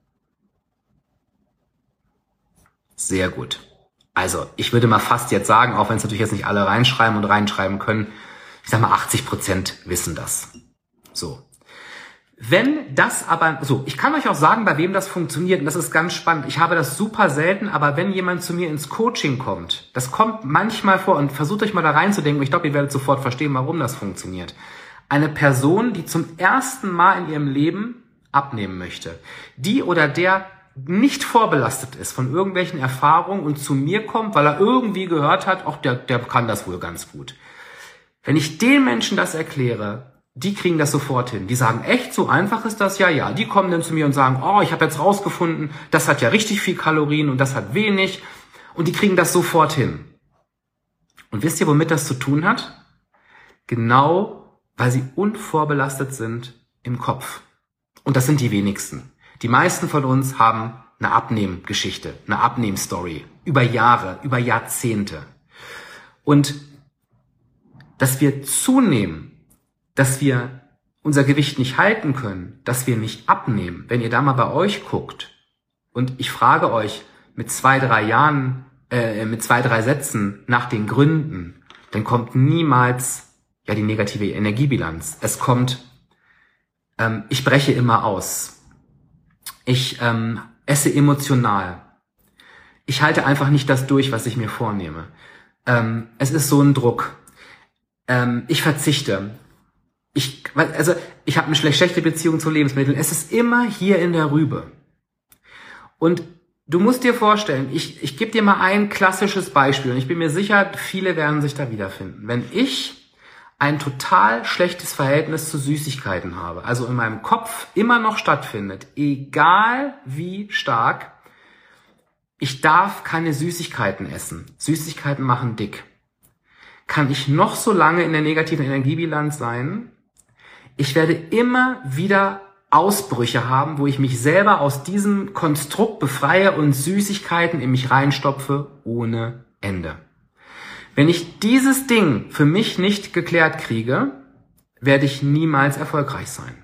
Sehr gut. Also, ich würde mal fast jetzt sagen, auch wenn es natürlich jetzt nicht alle reinschreiben und reinschreiben können, ich sag mal, achtzig Prozent wissen das. So. Wenn das aber, so, ich kann euch auch sagen, bei wem das funktioniert, und das ist ganz spannend. Ich habe das super selten, aber wenn jemand zu mir ins Coaching kommt, das kommt manchmal vor, und versucht euch mal da reinzudenken, ich glaube, ihr werdet sofort verstehen, warum das funktioniert. Eine Person, die zum ersten Mal in ihrem Leben abnehmen möchte, die oder der nicht vorbelastet ist von irgendwelchen Erfahrungen und zu mir kommt, weil er irgendwie gehört hat, ach, der, der kann das wohl ganz gut. Wenn ich den Menschen das erkläre, die kriegen das sofort hin. Die sagen, echt, so einfach ist das? Ja, ja. Die kommen dann zu mir und sagen, oh, ich habe jetzt rausgefunden, das hat ja richtig viel Kalorien und das hat wenig. Und die kriegen das sofort hin. Und wisst ihr, womit das zu tun hat? Genau, weil sie unvorbelastet sind im Kopf. Und das sind die wenigsten. Die meisten von uns haben eine Abnehmgeschichte, eine Abnehmstory. Über Jahre, über Jahrzehnte. Und dass wir zunehmen, dass wir unser Gewicht nicht halten können, dass wir nicht abnehmen, wenn ihr da mal bei euch guckt und ich frage euch mit zwei, drei Jahren, äh, mit zwei, drei Sätzen nach den Gründen, dann kommt niemals ja die negative Energiebilanz. Es kommt, ähm, ich breche immer aus. Ich ähm, esse emotional. Ich halte einfach nicht das durch, was ich mir vornehme. Ähm, es ist so ein Druck. Ähm, ich verzichte. Ich, also ich habe eine schlechte Beziehung zu Lebensmitteln. Es ist immer hier in der Rübe. Und du musst dir vorstellen, ich, ich gebe dir mal ein klassisches Beispiel und ich bin mir sicher, viele werden sich da wiederfinden. Wenn ich ein total schlechtes Verhältnis zu Süßigkeiten habe, also in meinem Kopf immer noch stattfindet, egal wie stark, ich darf keine Süßigkeiten essen. Süßigkeiten machen dick. Kann ich noch so lange in der negativen Energiebilanz sein? Ich werde immer wieder Ausbrüche haben, wo ich mich selber aus diesem Konstrukt befreie und Süßigkeiten in mich reinstopfe ohne Ende. Wenn ich dieses Ding für mich nicht geklärt kriege, werde ich niemals erfolgreich sein.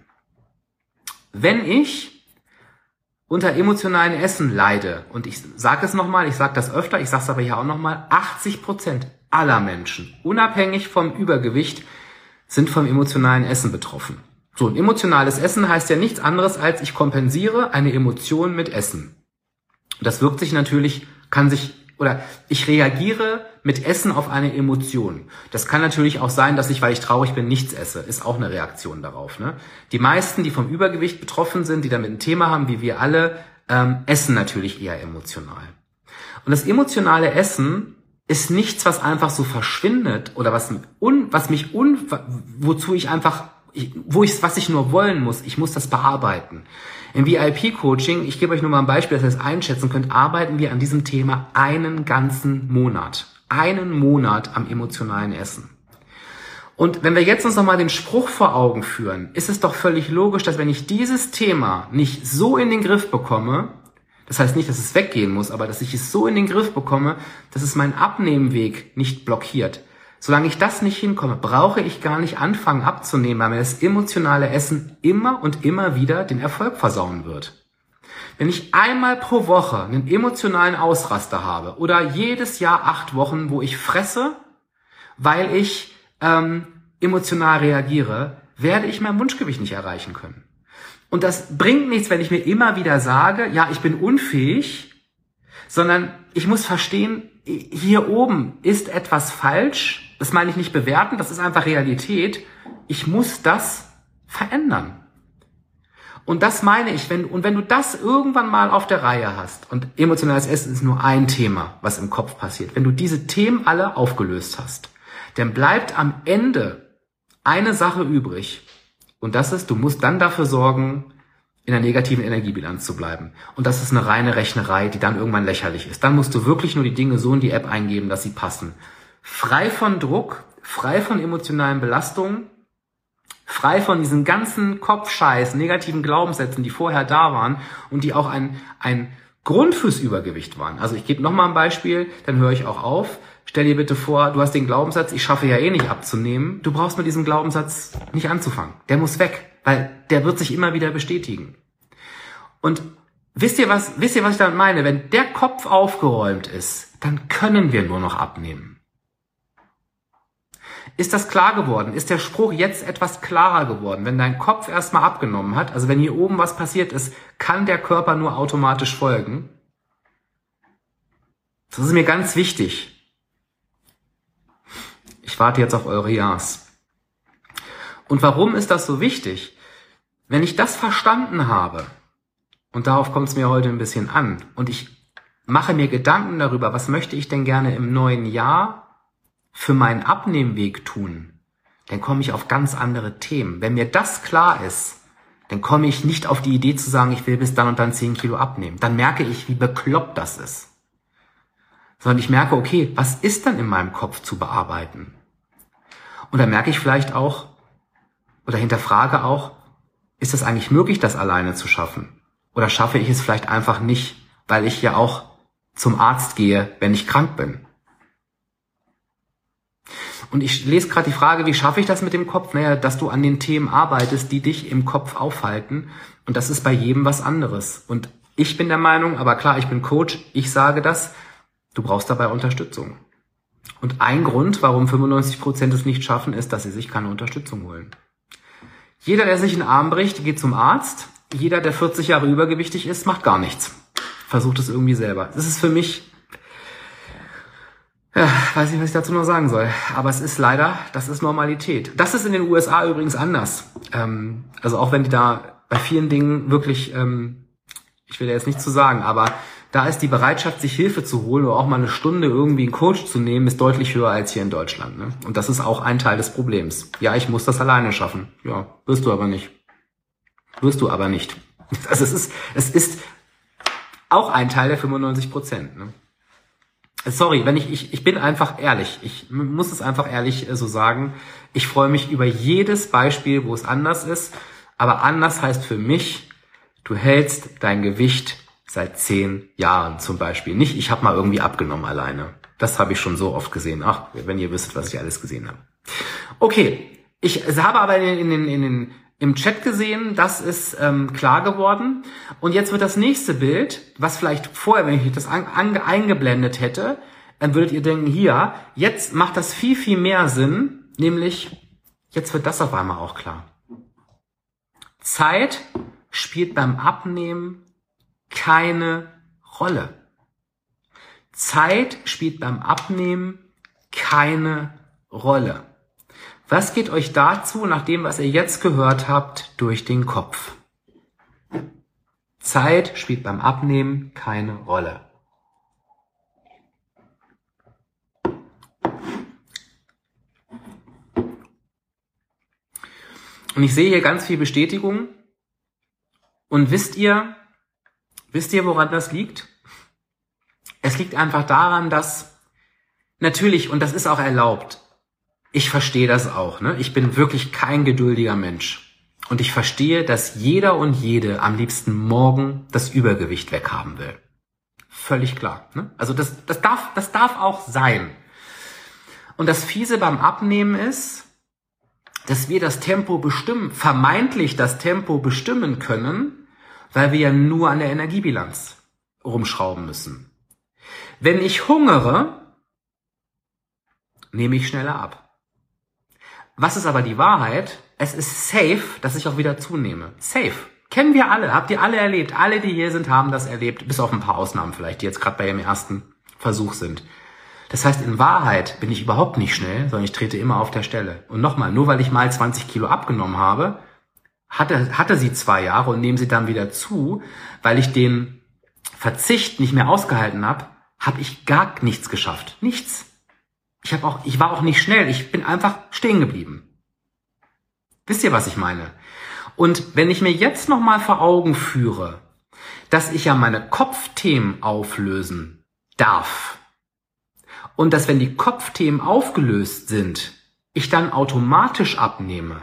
Wenn ich unter emotionalen Essen leide, und ich sage es nochmal, ich sage das öfter, ich sage es aber hier auch nochmal, achtzig Prozent aller Menschen, unabhängig vom Übergewicht, sind vom emotionalen Essen betroffen. So, ein emotionales Essen heißt ja nichts anderes als, ich kompensiere eine Emotion mit Essen. Und das wirkt sich natürlich, kann sich, oder ich reagiere mit Essen auf eine Emotion. Das kann natürlich auch sein, dass ich, weil ich traurig bin, nichts esse. Ist auch eine Reaktion darauf. Ne? Die meisten, die vom Übergewicht betroffen sind, die damit ein Thema haben, wie wir alle, ähm, essen natürlich eher emotional. Und das emotionale Essen ist nichts, was einfach so verschwindet oder was, un, was mich un, wozu ich einfach, ich, wo ich, was ich nur wollen muss. Ich muss das bearbeiten. Im V I P-Coaching, ich gebe euch nur mal ein Beispiel, dass ihr das einschätzen könnt, arbeiten wir an diesem Thema einen ganzen Monat. Einen Monat am emotionalen Essen. Und wenn wir jetzt uns nochmal den Spruch vor Augen führen, ist es doch völlig logisch, dass wenn ich dieses Thema nicht so in den Griff bekomme, das heißt nicht, dass es weggehen muss, aber dass ich es so in den Griff bekomme, dass es meinen Abnehmweg nicht blockiert. Solange ich das nicht hinkomme, brauche ich gar nicht anfangen abzunehmen, weil mir das emotionale Essen immer und immer wieder den Erfolg versauen wird. Wenn ich einmal pro Woche einen emotionalen Ausraster habe oder jedes Jahr acht Wochen, wo ich fresse, weil ich ähm, emotional reagiere, werde ich mein Wunschgewicht nicht erreichen können. Und das bringt nichts, wenn ich mir immer wieder sage, ja, ich bin unfähig, sondern ich muss verstehen, hier oben ist etwas falsch. Das meine ich nicht bewerten, das ist einfach Realität. Ich muss das verändern. Und das meine ich, wenn, und wenn du das irgendwann mal auf der Reihe hast, und emotionales Essen ist nur ein Thema, was im Kopf passiert, wenn du diese Themen alle aufgelöst hast, dann bleibt am Ende eine Sache übrig. Und das ist, du musst dann dafür sorgen, in der negativen Energiebilanz zu bleiben. Und das ist eine reine Rechnerei, die dann irgendwann lächerlich ist. Dann musst du wirklich nur die Dinge so in die App eingeben, dass sie passen. Frei von Druck, frei von emotionalen Belastungen, frei von diesen ganzen Kopfscheiß, negativen Glaubenssätzen, die vorher da waren und die auch ein, ein Grund fürs Übergewicht waren. Also ich gebe nochmal ein Beispiel, dann höre ich auch auf. Stell dir bitte vor, du hast den Glaubenssatz, ich schaffe ja eh nicht abzunehmen. Du brauchst mit diesem Glaubenssatz nicht anzufangen. Der muss weg, weil der wird sich immer wieder bestätigen. Und wisst ihr was, wisst ihr, was ich damit meine? Wenn der Kopf aufgeräumt ist, dann können wir nur noch abnehmen. Ist das klar geworden? Ist der Spruch jetzt etwas klarer geworden? Wenn dein Kopf erstmal abgenommen hat, also wenn hier oben was passiert ist, kann der Körper nur automatisch folgen. Das ist mir ganz wichtig. Ich warte jetzt auf eure Ja's. Und warum ist das so wichtig? Wenn ich das verstanden habe, und darauf kommt es mir heute ein bisschen an, und ich mache mir Gedanken darüber, was möchte ich denn gerne im neuen Jahr für meinen Abnehmweg tun, dann komme ich auf ganz andere Themen. Wenn mir das klar ist, dann komme ich nicht auf die Idee zu sagen, ich will bis dann und dann zehn Kilo abnehmen. Dann merke ich, wie bekloppt das ist. Sondern ich merke, okay, was ist denn in meinem Kopf zu bearbeiten? Und dann merke ich vielleicht auch, oder hinterfrage auch, ist es eigentlich möglich, das alleine zu schaffen? Oder schaffe ich es vielleicht einfach nicht, weil ich ja auch zum Arzt gehe, wenn ich krank bin? Und ich lese gerade die Frage, wie schaffe ich das mit dem Kopf? Naja, dass du an den Themen arbeitest, die dich im Kopf aufhalten. Und das ist bei jedem was anderes. Und ich bin der Meinung, aber klar, ich bin Coach, ich sage das, du brauchst dabei Unterstützung. Und ein Grund, warum fünfundneunzig Prozent es nicht schaffen, ist, dass sie sich keine Unterstützung holen. Jeder, der sich einen Arm bricht, geht zum Arzt. Jeder, der vierzig Jahre übergewichtig ist, macht gar nichts. Versucht es irgendwie selber. Das ist für mich, ja, weiß nicht, was ich dazu noch sagen soll. Aber es ist leider, das ist Normalität. Das ist in den U S A übrigens anders. Ähm, also auch wenn die da bei vielen Dingen wirklich, ähm, ich will da jetzt nichts zu sagen, aber da ist die Bereitschaft, sich Hilfe zu holen oder auch mal eine Stunde irgendwie einen Coach zu nehmen, ist deutlich höher als hier in Deutschland. Ne? Und das ist auch ein Teil des Problems. Ja, ich muss das alleine schaffen. Ja, wirst du aber nicht. Wirst du aber nicht. Also es ist, es ist auch ein Teil der fünfundneunzig Prozent. Ne? Sorry, wenn ich, ich, ich bin einfach ehrlich. Ich muss es einfach ehrlich so sagen. Ich freue mich über jedes Beispiel, wo es anders ist. Aber anders heißt für mich, du hältst dein Gewicht seit zehn Jahren zum Beispiel. Nicht, ich habe mal irgendwie abgenommen alleine. Das habe ich schon so oft gesehen. Ach, wenn ihr wisst, was ich alles gesehen habe. Okay, ich habe aber in, in, in, in, im Chat gesehen, das ist ähm, klar geworden. Und jetzt wird das nächste Bild, was vielleicht vorher, wenn ich das an, an, eingeblendet hätte, dann würdet ihr denken, hier, jetzt macht das viel, viel mehr Sinn, nämlich, jetzt wird das auf einmal auch klar. Zeit spielt beim Abnehmen keine Rolle. Zeit spielt beim Abnehmen keine Rolle. Was geht euch dazu, nach dem, was ihr jetzt gehört habt, durch den Kopf? Zeit spielt beim Abnehmen keine Rolle. Und ich sehe hier ganz viel Bestätigung. Und wisst ihr, wisst ihr, woran das liegt? Es liegt einfach daran, dass natürlich, und das ist auch erlaubt, ich verstehe das auch, ne? Ich bin wirklich kein geduldiger Mensch. Und ich verstehe, dass jeder und jede am liebsten morgen das Übergewicht weghaben will. Völlig klar, ne? Also das, das darf, das darf auch sein. Und das Fiese beim Abnehmen ist, dass wir das Tempo bestimmen, vermeintlich das Tempo bestimmen können, weil wir ja nur an der Energiebilanz rumschrauben müssen. Wenn ich hungere, nehme ich schneller ab. Was ist aber die Wahrheit? Es ist safe, dass ich auch wieder zunehme. Safe. Kennen wir alle, habt ihr alle erlebt. Alle, die hier sind, haben das erlebt, bis auf ein paar Ausnahmen vielleicht, die jetzt gerade bei ihrem ersten Versuch sind. Das heißt, in Wahrheit bin ich überhaupt nicht schnell, sondern ich trete immer auf der Stelle. Und nochmal, nur weil ich mal zwanzig Kilo abgenommen habe, hatte, hatte sie zwei Jahre und nehmen sie dann wieder zu, weil ich den Verzicht nicht mehr ausgehalten habe, habe ich gar nichts geschafft. Nichts. Ich habe auch, ich war auch nicht schnell, ich bin einfach stehen geblieben. Wisst ihr, was ich meine? Und wenn ich mir jetzt nochmal vor Augen führe, dass ich ja meine Kopfthemen auflösen darf, und dass, wenn die Kopfthemen aufgelöst sind, ich dann automatisch abnehme,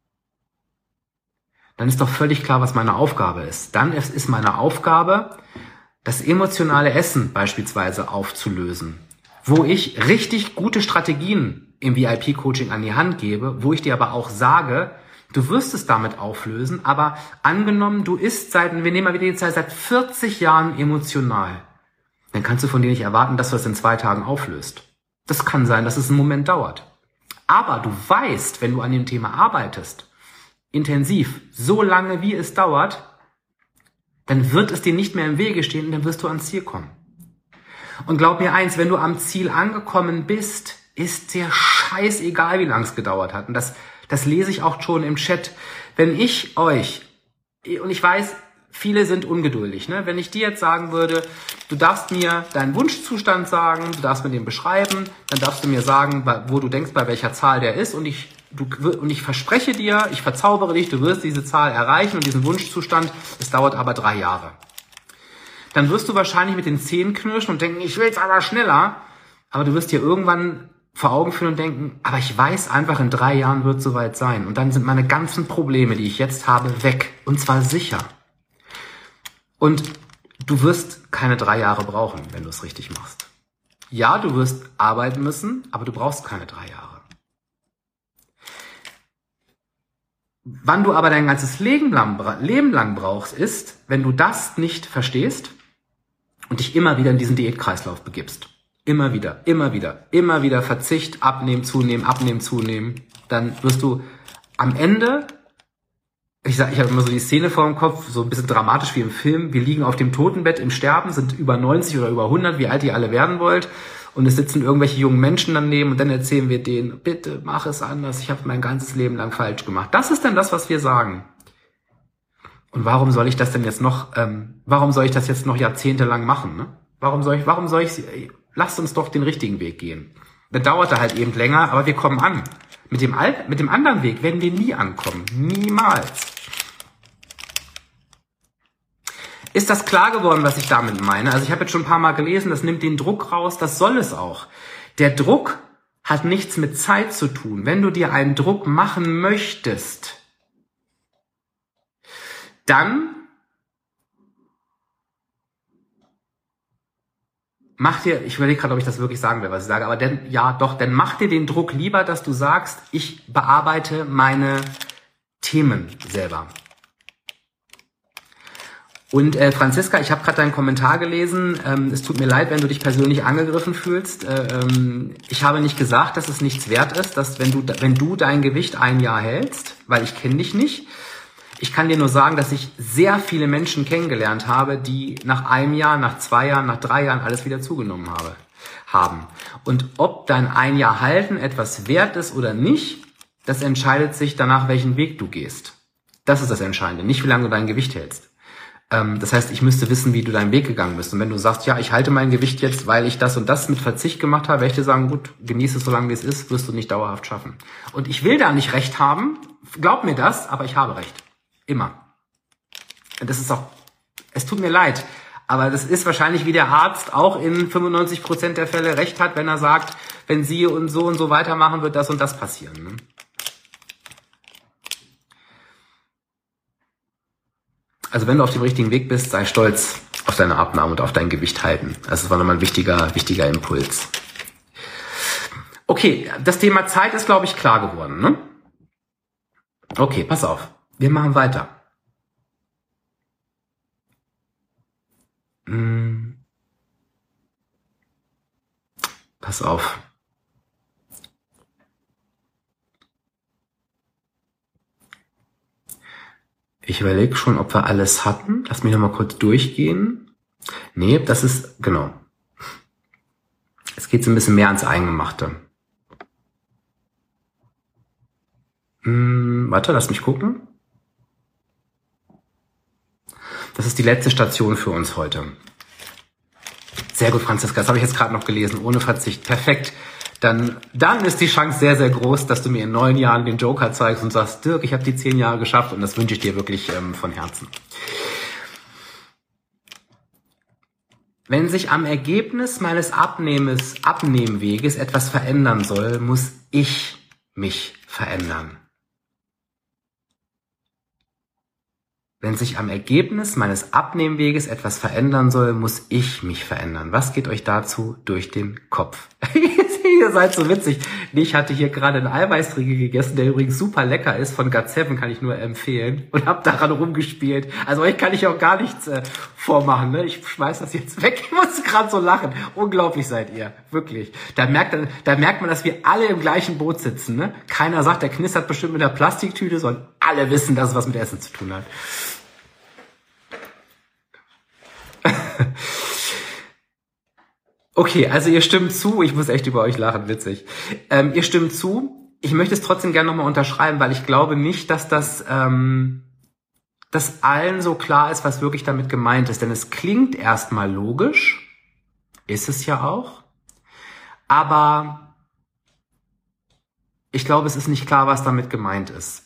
dann ist doch völlig klar, was meine Aufgabe ist. Dann ist meine Aufgabe, das emotionale Essen beispielsweise aufzulösen, wo ich richtig gute Strategien im V I P-Coaching an die Hand gebe, wo ich dir aber auch sage, du wirst es damit auflösen, aber angenommen, du isst seit, wir nehmen mal wieder die Zeit, seit vierzig Jahren emotional, dann kannst du von dir nicht erwarten, dass du das in zwei Tagen auflöst. Das kann sein, dass es einen Moment dauert. Aber du weißt, wenn du an dem Thema arbeitest, intensiv, so lange wie es dauert, dann wird es dir nicht mehr im Wege stehen und dann wirst du ans Ziel kommen. Und glaub mir eins, wenn du am Ziel angekommen bist, ist dir scheißegal, wie lang es gedauert hat. Und das, das lese ich auch schon im Chat. Wenn ich euch, und ich weiß, viele sind ungeduldig, ne? Wenn ich dir jetzt sagen würde, du darfst mir deinen Wunschzustand sagen, du darfst mir den beschreiben, dann darfst du mir sagen, wo du denkst, bei welcher Zahl der ist, und ich, du, und ich verspreche dir, ich verzaubere dich, du wirst diese Zahl erreichen und diesen Wunschzustand, es dauert aber drei Jahre. Dann wirst du wahrscheinlich mit den Zähnen knirschen und denken, ich will es aber schneller, aber du wirst dir irgendwann vor Augen führen und denken, aber ich weiß einfach, in drei Jahren wird es soweit sein. Und dann sind meine ganzen Probleme, die ich jetzt habe, weg. Und zwar sicher. Und du wirst keine drei Jahre brauchen, wenn du es richtig machst. Ja, du wirst arbeiten müssen, aber du brauchst keine drei Jahre. Wann du aber dein ganzes Leben lang, Leben lang brauchst, ist, wenn du das nicht verstehst und dich immer wieder in diesen Diätkreislauf begibst. Immer wieder, immer wieder, immer wieder Verzicht, abnehmen, zunehmen, abnehmen, zunehmen. Dann wirst du am Ende, ich sag, ich habe immer so die Szene vor dem Kopf, so ein bisschen dramatisch wie im Film. Wir liegen auf dem Totenbett im Sterben, sind über neunzig oder über hundert, wie alt ihr alle werden wollt. Und es sitzen irgendwelche jungen Menschen daneben und dann erzählen wir denen, bitte mach es anders, ich habe mein ganzes Leben lang falsch gemacht. Das ist dann das, was wir sagen. Und warum soll ich das denn jetzt noch, ähm, warum soll ich das jetzt noch jahrzehntelang machen? Ne? Warum soll ich, warum soll ich, ey, lasst uns doch den richtigen Weg gehen. Dann dauert er halt eben länger, aber wir kommen an. Mit dem, Al- mit dem anderen Weg werden wir nie ankommen. Niemals. Ist das klar geworden, was ich damit meine? Also ich habe jetzt schon ein paar Mal gelesen, das nimmt den Druck raus, das soll es auch. Der Druck hat nichts mit Zeit zu tun. Wenn du dir einen Druck machen möchtest, dann mach dir, ich überlege gerade, ob ich das wirklich sagen will, was ich sage, aber denn, ja doch, dann mach dir den Druck lieber, dass du sagst, ich bearbeite meine Themen selber. Und äh, Franziska, ich habe gerade deinen Kommentar gelesen. Ähm, es tut mir leid, wenn du dich persönlich angegriffen fühlst. Äh, ähm, ich habe nicht gesagt, dass es nichts wert ist, dass wenn du wenn du dein Gewicht ein Jahr hältst, weil ich kenne dich nicht. Ich kann dir nur sagen, dass ich sehr viele Menschen kennengelernt habe, die nach einem Jahr, nach zwei Jahren, nach drei Jahren alles wieder zugenommen habe, haben. Und ob dein ein Jahr Halten etwas wert ist oder nicht, das entscheidet sich danach, welchen Weg du gehst. Das ist das Entscheidende, nicht wie lange du dein Gewicht hältst. Das heißt, ich müsste wissen, wie du deinen Weg gegangen bist. Und wenn du sagst, ja, ich halte mein Gewicht jetzt, weil ich das und das mit Verzicht gemacht habe, werde ich dir sagen, gut, genieße es so lange, wie es ist, wirst du nicht dauerhaft schaffen. Und ich will da nicht recht haben, glaub mir das, aber ich habe recht. Immer. Und das ist auch, es tut mir leid, aber das ist wahrscheinlich, wie der Arzt auch in fünfundneunzig Prozent der Fälle recht hat, wenn er sagt, wenn sie und so und so weitermachen, wird das und das passieren. Ne? Also wenn du auf dem richtigen Weg bist, sei stolz auf deine Abnahme und auf dein Gewicht halten. Das war nochmal ein wichtiger, wichtiger Impuls. Okay, das Thema Zeit ist, glaube ich, klar geworden. Ne? Okay, pass auf. Wir machen weiter. Hm. Pass auf. Ich überlege schon, ob wir alles hatten. Lass mich nochmal kurz durchgehen. Nee, das ist, genau. Es geht so ein bisschen mehr ans Eingemachte. Hm, warte, lass mich gucken. Das ist die letzte Station für uns heute. Sehr gut, Franziska, das habe ich jetzt gerade noch gelesen, ohne Verzicht. Perfekt. Dann, dann ist die Chance sehr, sehr groß, dass du mir in neun Jahren den Joker zeigst und sagst, Dirk, ich habe die zehn Jahre geschafft, und das wünsche ich dir wirklich ähm, von Herzen. Wenn sich am Ergebnis meines Abnehmes, Abnehmweges etwas verändern soll, muss ich mich verändern. Wenn sich am Ergebnis meines Abnehmweges etwas verändern soll, muss ich mich verändern. Was geht euch dazu durch den Kopf? Ihr seid so witzig. Ich hatte hier gerade einen Eiweißriegel gegessen, der übrigens super lecker ist. Von God Seven, kann ich nur empfehlen. Und habe daran rumgespielt. Also euch kann ich auch gar nichts äh, vormachen. Ne? Ich schmeiß das jetzt weg. Ich muss gerade so lachen. Unglaublich seid ihr. Wirklich. Da merkt, da merkt man, dass wir alle im gleichen Boot sitzen. Ne? Keiner sagt, der knistert bestimmt mit der Plastiktüte, sondern alle wissen, dass es was mit Essen zu tun hat. Okay, also ihr stimmt zu, ich muss echt über euch lachen, witzig. Ähm, ihr stimmt zu, ich möchte es trotzdem gerne nochmal unterschreiben, weil ich glaube nicht, dass das ähm, dass allen so klar ist, was wirklich damit gemeint ist. Denn es klingt erstmal logisch, ist es ja auch, aber ich glaube, es ist nicht klar, was damit gemeint ist.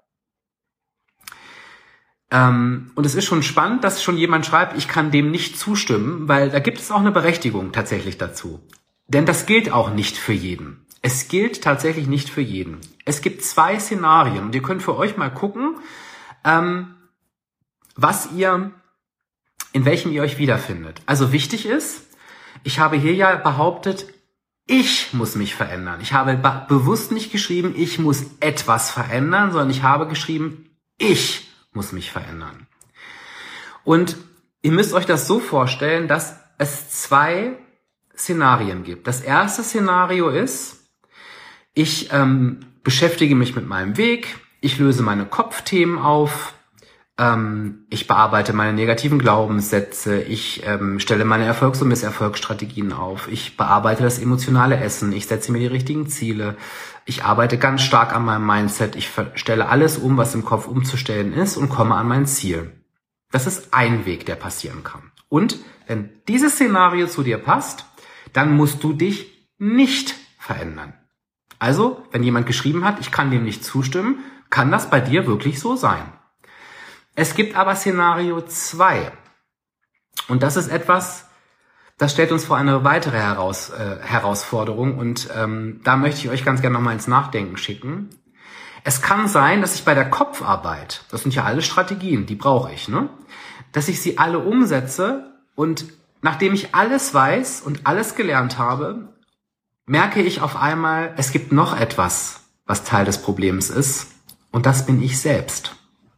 Ähm, und es ist schon spannend, dass schon jemand schreibt, ich kann dem nicht zustimmen, weil da gibt es auch eine Berechtigung tatsächlich dazu. Denn das gilt auch nicht für jeden. Es gilt tatsächlich nicht für jeden. Es gibt zwei Szenarien und ihr könnt für euch mal gucken, ähm, was ihr, in welchem ihr euch wiederfindet. Also wichtig ist, ich habe hier ja behauptet, ich muss mich verändern. Ich habe be- bewusst nicht geschrieben, ich muss etwas verändern, sondern ich habe geschrieben, ich muss mich verändern. Und ihr müsst euch das so vorstellen, dass es zwei Szenarien gibt. Das erste Szenario ist, ich ähm, beschäftige mich mit meinem Weg, ich löse meine Kopfthemen auf, ähm, ich bearbeite meine negativen Glaubenssätze, ich ähm, stelle meine Erfolgs- und Misserfolgsstrategien auf, ich bearbeite das emotionale Essen, ich setze mir die richtigen Ziele, ich arbeite ganz stark an meinem Mindset, ich stelle alles um, was im Kopf umzustellen ist und komme an mein Ziel. Das ist ein Weg, der passieren kann. Und wenn dieses Szenario zu dir passt, dann musst du dich nicht verändern. Also, wenn jemand geschrieben hat, ich kann dem nicht zustimmen, kann das bei dir wirklich so sein. Es gibt aber Szenario zwei. Und das ist etwas, das stellt uns vor eine weitere Heraus, äh, Herausforderung. Und ähm, da möchte ich euch ganz gerne nochmal ins Nachdenken schicken. Es kann sein, dass ich bei der Kopfarbeit, das sind ja alle Strategien, die brauche ich, ne? Dass ich sie alle umsetze und nachdem ich alles weiß und alles gelernt habe, merke ich auf einmal, es gibt noch etwas, was Teil des Problems ist, und das bin ich selbst.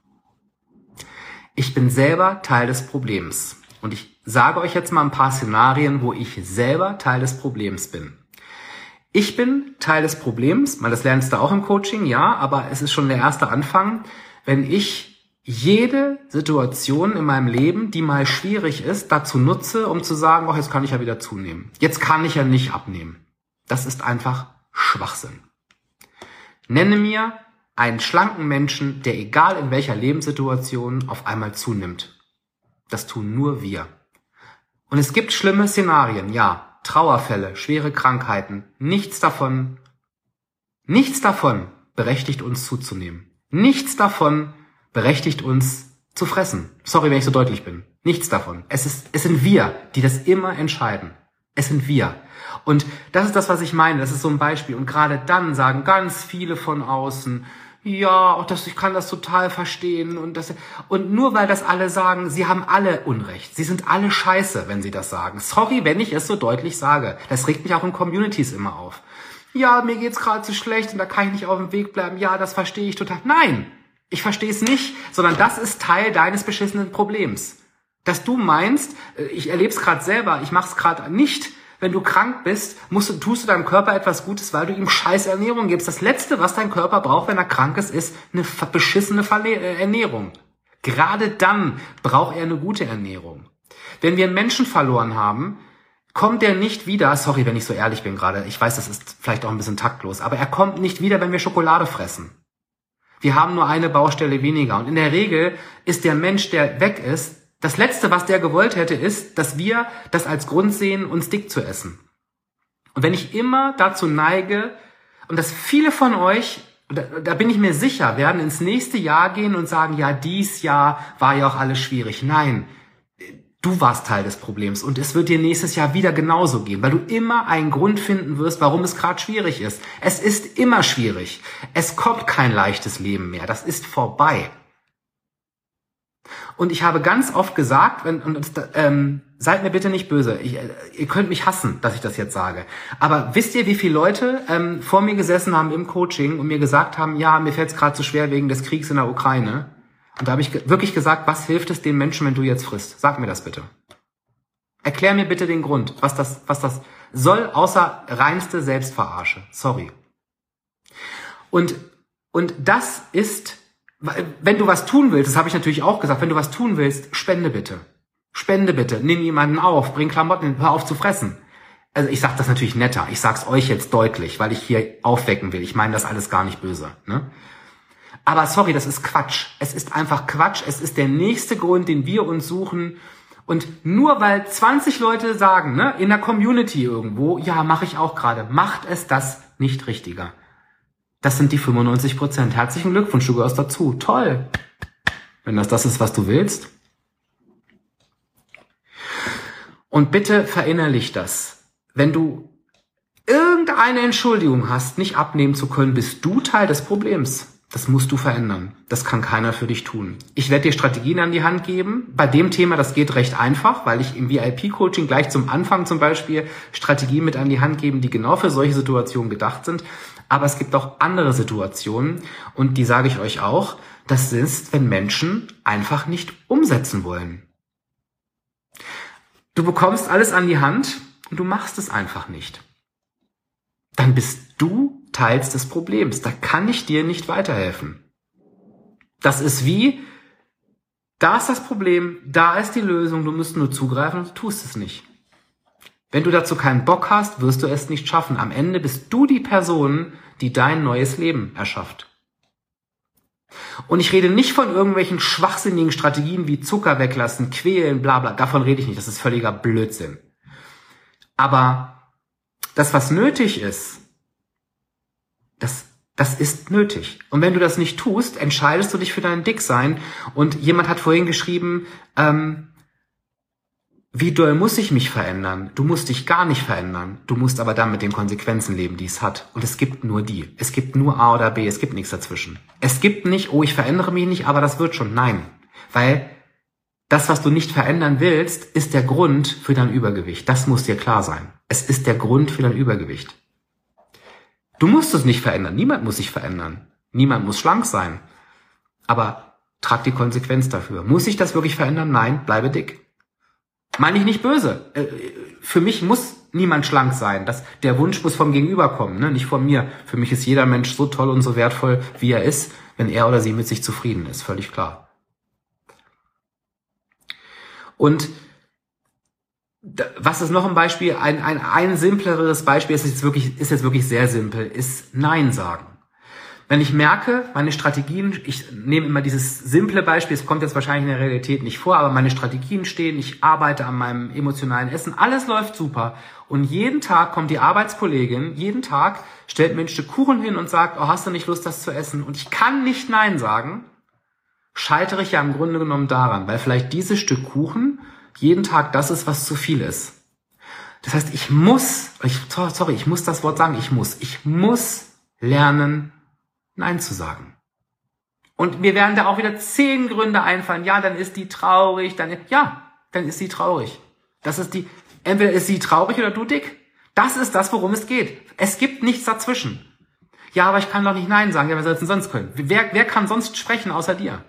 Ich bin selber Teil des Problems. Und ich sage euch jetzt mal ein paar Szenarien, wo ich selber Teil des Problems bin. Ich bin Teil des Problems, weil das lernst du auch im Coaching, ja, aber es ist schon der erste Anfang, wenn ich jede Situation in meinem Leben, die mal schwierig ist, dazu nutze, um zu sagen, oh, jetzt kann ich ja wieder zunehmen. Jetzt kann ich ja nicht abnehmen. Das ist einfach Schwachsinn. Nenne mir einen schlanken Menschen, der egal in welcher Lebenssituation auf einmal zunimmt. Das tun nur wir. Und es gibt schlimme Szenarien, ja. Trauerfälle, schwere Krankheiten. Nichts davon, nichts davon berechtigt uns zuzunehmen. Nichts davon berechtigt uns zu fressen. Sorry, wenn ich so deutlich bin. Nichts davon. Es ist, es sind wir, die das immer entscheiden. Es sind wir. Und das ist das, was ich meine. Das ist so ein Beispiel. Und gerade dann sagen ganz viele von außen, ja, auch das, ich kann das total verstehen. Und, das, und nur weil das alle sagen, sie haben alle Unrecht. Sie sind alle scheiße, wenn sie das sagen. Sorry, wenn ich es so deutlich sage. Das regt mich auch in Communities immer auf. Ja, mir geht's gerade zu schlecht und da kann ich nicht auf dem Weg bleiben. Ja, das verstehe ich total. Nein, ich verstehe es nicht, sondern das ist Teil deines beschissenen Problems. Dass du meinst, ich erlebe es gerade selber, ich mache es gerade nicht. Wenn du krank bist, musst du, tust du deinem Körper etwas Gutes, weil du ihm scheiß Ernährung gibst. Das Letzte, was dein Körper braucht, wenn er krank ist, ist eine beschissene Ernährung. Gerade dann braucht er eine gute Ernährung. Wenn wir einen Menschen verloren haben, kommt er nicht wieder, sorry, wenn ich so ehrlich bin gerade, ich weiß, das ist vielleicht auch ein bisschen taktlos, aber er kommt nicht wieder, wenn wir Schokolade fressen. Wir haben nur eine Baustelle weniger. Und in der Regel ist der Mensch, der weg ist, das Letzte, was der gewollt hätte, ist, dass wir das als Grund sehen, uns dick zu essen. Und wenn ich immer dazu neige, und dass viele von euch, da, da bin ich mir sicher, werden ins nächste Jahr gehen und sagen, ja, dies Jahr war ja auch alles schwierig. Nein, du warst Teil des Problems und es wird dir nächstes Jahr wieder genauso gehen, weil du immer einen Grund finden wirst, warum es gerade schwierig ist. Es ist immer schwierig. Es kommt kein leichtes Leben mehr. Das ist vorbei. Und ich habe ganz oft gesagt, wenn, und, ähm, seid mir bitte nicht böse, ich, ihr könnt mich hassen, dass ich das jetzt sage, aber wisst ihr, wie viele Leute ähm, vor mir gesessen haben im Coaching und mir gesagt haben, ja, mir fällt es gerade zu schwer wegen des Kriegs in der Ukraine. Und da habe ich ge- wirklich gesagt, was hilft es den Menschen, wenn du jetzt frisst? Sag mir das bitte. Erklär mir bitte den Grund, was das, was das soll, außer reinste Selbstverarsche. Sorry. Und, und das ist... Wenn du was tun willst, das habe ich natürlich auch gesagt, wenn du was tun willst, spende bitte. Spende bitte, nimm jemanden auf, bring Klamotten, hör auf zu fressen. Also ich sage das natürlich netter, ich sag's euch jetzt deutlich, weil ich hier aufwecken will. Ich meine das alles gar nicht böse. Ne? Aber sorry, das ist Quatsch. Es ist einfach Quatsch. Es ist der nächste Grund, den wir uns suchen. Und nur weil zwanzig Leute sagen, ne, in der Community irgendwo, ja, mache ich auch gerade, macht es das nicht richtiger. Das sind die fünfundneunzig Prozent. Herzlichen Glückwunsch, du gehörst dazu. Toll. Wenn das das ist, was du willst. Und bitte verinnerlich das. Wenn du irgendeine Entschuldigung hast, nicht abnehmen zu können, bist du Teil des Problems. Das musst du verändern. Das kann keiner für dich tun. Ich werde dir Strategien an die Hand geben. Bei dem Thema, das geht recht einfach, weil ich im V I P-Coaching gleich zum Anfang zum Beispiel Strategien mit an die Hand geben, die genau für solche Situationen gedacht sind. Aber es gibt auch andere Situationen und die sage ich euch auch, das ist, wenn Menschen einfach nicht umsetzen wollen. Du bekommst alles an die Hand und du machst es einfach nicht. Dann bist du Teil des Problems. Da kann ich dir nicht weiterhelfen. Das ist wie, da ist das Problem, da ist die Lösung, du musst nur zugreifen und du tust es nicht. Wenn du dazu keinen Bock hast, wirst du es nicht schaffen. Am Ende bist du die Person, die dein neues Leben erschafft. Und ich rede nicht von irgendwelchen schwachsinnigen Strategien wie Zucker weglassen, quälen, bla bla. Davon rede ich nicht. Das ist völliger Blödsinn. Aber das, was nötig ist, das, das ist nötig. Und wenn du das nicht tust, entscheidest du dich für dein Dicksein. Und jemand hat vorhin geschrieben, ähm, Wie doll muss ich mich verändern? Du musst dich gar nicht verändern. Du musst aber dann mit den Konsequenzen leben, die es hat. Und es gibt nur die. Es gibt nur A oder B. Es gibt nichts dazwischen. Es gibt nicht, oh, ich verändere mich nicht, aber das wird schon. Nein. Weil das, was du nicht verändern willst, ist der Grund für dein Übergewicht. Das muss dir klar sein. Es ist der Grund für dein Übergewicht. Du musst es nicht verändern. Niemand muss sich verändern. Niemand muss schlank sein. Aber trag die Konsequenz dafür. Muss ich das wirklich verändern? Nein, bleibe dick. Meine ich nicht böse. Für mich muss niemand schlank sein. Das, der Wunsch muss vom Gegenüber kommen, ne? Nicht von mir. Für mich ist jeder Mensch so toll und so wertvoll, wie er ist, wenn er oder sie mit sich zufrieden ist. Völlig klar. Und was ist noch ein Beispiel? Ein, ein, ein simpleres Beispiel ist jetzt wirklich, ist jetzt wirklich sehr simpel, ist Nein sagen. Wenn ich merke, meine Strategien, ich nehme immer dieses simple Beispiel, es kommt jetzt wahrscheinlich in der Realität nicht vor, aber meine Strategien stehen, ich arbeite an meinem emotionalen Essen, alles läuft super. Und jeden Tag kommt die Arbeitskollegin, jeden Tag stellt mir ein Stück Kuchen hin und sagt, oh, hast du nicht Lust, das zu essen? Und ich kann nicht Nein sagen, scheitere ich ja im Grunde genommen daran, weil vielleicht dieses Stück Kuchen jeden Tag das ist, was zu viel ist. Das heißt, ich muss, ich, sorry, ich muss das Wort sagen, ich muss, ich muss lernen, Nein zu sagen. Und mir werden da auch wieder zehn Gründe einfallen. Ja, dann ist die traurig, dann, ja, dann ist sie traurig. Das ist die, entweder ist sie traurig oder du dick. Das ist das, worum es geht. Es gibt nichts dazwischen. Ja, aber ich kann doch nicht Nein sagen. Ja, wer soll es denn sonst können? Wer, wer kann sonst sprechen außer dir?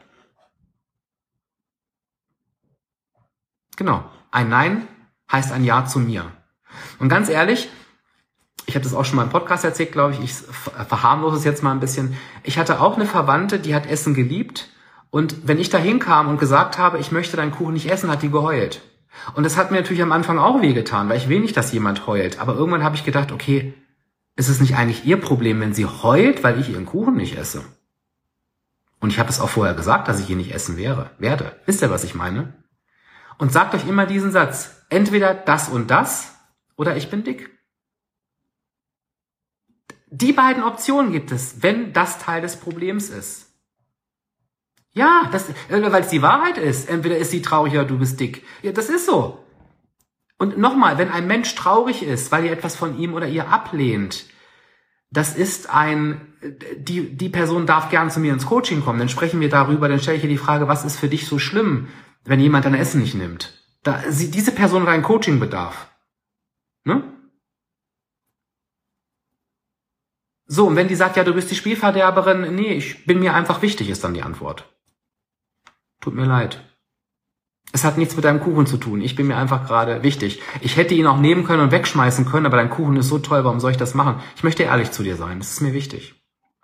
Genau. Ein Nein heißt ein Ja zu mir. Und ganz ehrlich, ich habe das auch schon mal im Podcast erzählt, glaube ich, ich verharmlose es jetzt mal ein bisschen. Ich hatte auch eine Verwandte, die hat Essen geliebt. Und wenn ich da hinkam und gesagt habe, ich möchte deinen Kuchen nicht essen, hat die geheult. Und das hat mir natürlich am Anfang auch wehgetan, weil ich will nicht, dass jemand heult. Aber irgendwann habe ich gedacht, okay, ist es nicht eigentlich ihr Problem, wenn sie heult, weil ich ihren Kuchen nicht esse? Und ich habe es auch vorher gesagt, dass ich ihn nicht essen wäre, werde. Wisst ihr, was ich meine? Und sagt euch immer diesen Satz, entweder das und das oder ich bin dick. Die beiden Optionen gibt es, wenn das Teil des Problems ist. Ja, das, weil es die Wahrheit ist. Entweder ist sie traurig oder du bist dick. Ja, das ist so. Und nochmal, wenn ein Mensch traurig ist, weil ihr etwas von ihm oder ihr ablehnt, das ist ein, die, die Person darf gern zu mir ins Coaching kommen, dann sprechen wir darüber, dann stelle ich ihr die Frage, was ist für dich so schlimm, wenn jemand dein Essen nicht nimmt? Da, sie, diese Person hat einen Coachingbedarf. Ne? So, und wenn die sagt, ja, du bist die Spielverderberin, nee, ich bin mir einfach wichtig, ist dann die Antwort. Tut mir leid. Es hat nichts mit deinem Kuchen zu tun. Ich bin mir einfach gerade wichtig. Ich hätte ihn auch nehmen können und wegschmeißen können, aber dein Kuchen ist so toll, warum soll ich das machen? Ich möchte ehrlich zu dir sein, das ist mir wichtig.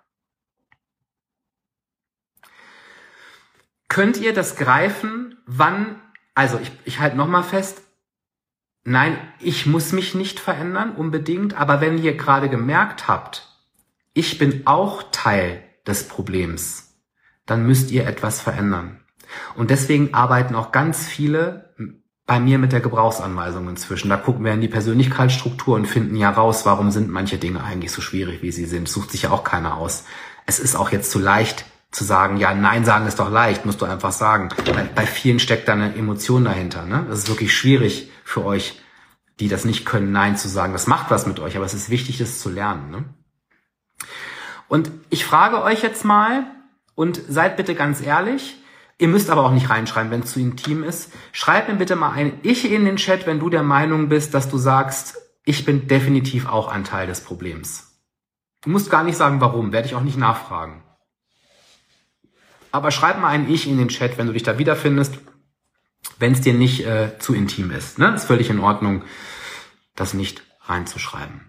Könnt ihr das greifen, wann, also ich, ich halte nochmal fest, nein, ich muss mich nicht verändern unbedingt, aber wenn ihr gerade gemerkt habt, ich bin auch Teil des Problems, dann müsst ihr etwas verändern. Und deswegen arbeiten auch ganz viele bei mir mit der Gebrauchsanweisung inzwischen. Da gucken wir in die Persönlichkeitsstruktur und finden ja raus, warum sind manche Dinge eigentlich so schwierig, wie sie sind. Sucht sich ja auch keiner aus. Es ist auch jetzt zu leicht zu sagen, ja, Nein sagen ist doch leicht, musst du einfach sagen. Bei, bei vielen steckt da eine Emotion dahinter. Ne? Das ist wirklich schwierig für euch, die das nicht können, Nein zu sagen. Das macht was mit euch, aber es ist wichtig, das zu lernen. Ne? Und ich frage euch jetzt mal, und seid bitte ganz ehrlich, ihr müsst aber auch nicht reinschreiben, wenn es zu intim ist. Schreib mir bitte mal ein Ich in den Chat, wenn du der Meinung bist, dass du sagst, ich bin definitiv auch ein Teil des Problems. Du musst gar nicht sagen, warum, werde ich auch nicht nachfragen. Aber schreib mal ein Ich in den Chat, wenn du dich da wiederfindest, wenn es dir nicht äh, zu intim ist. Ne? Ist völlig in Ordnung, das nicht reinzuschreiben.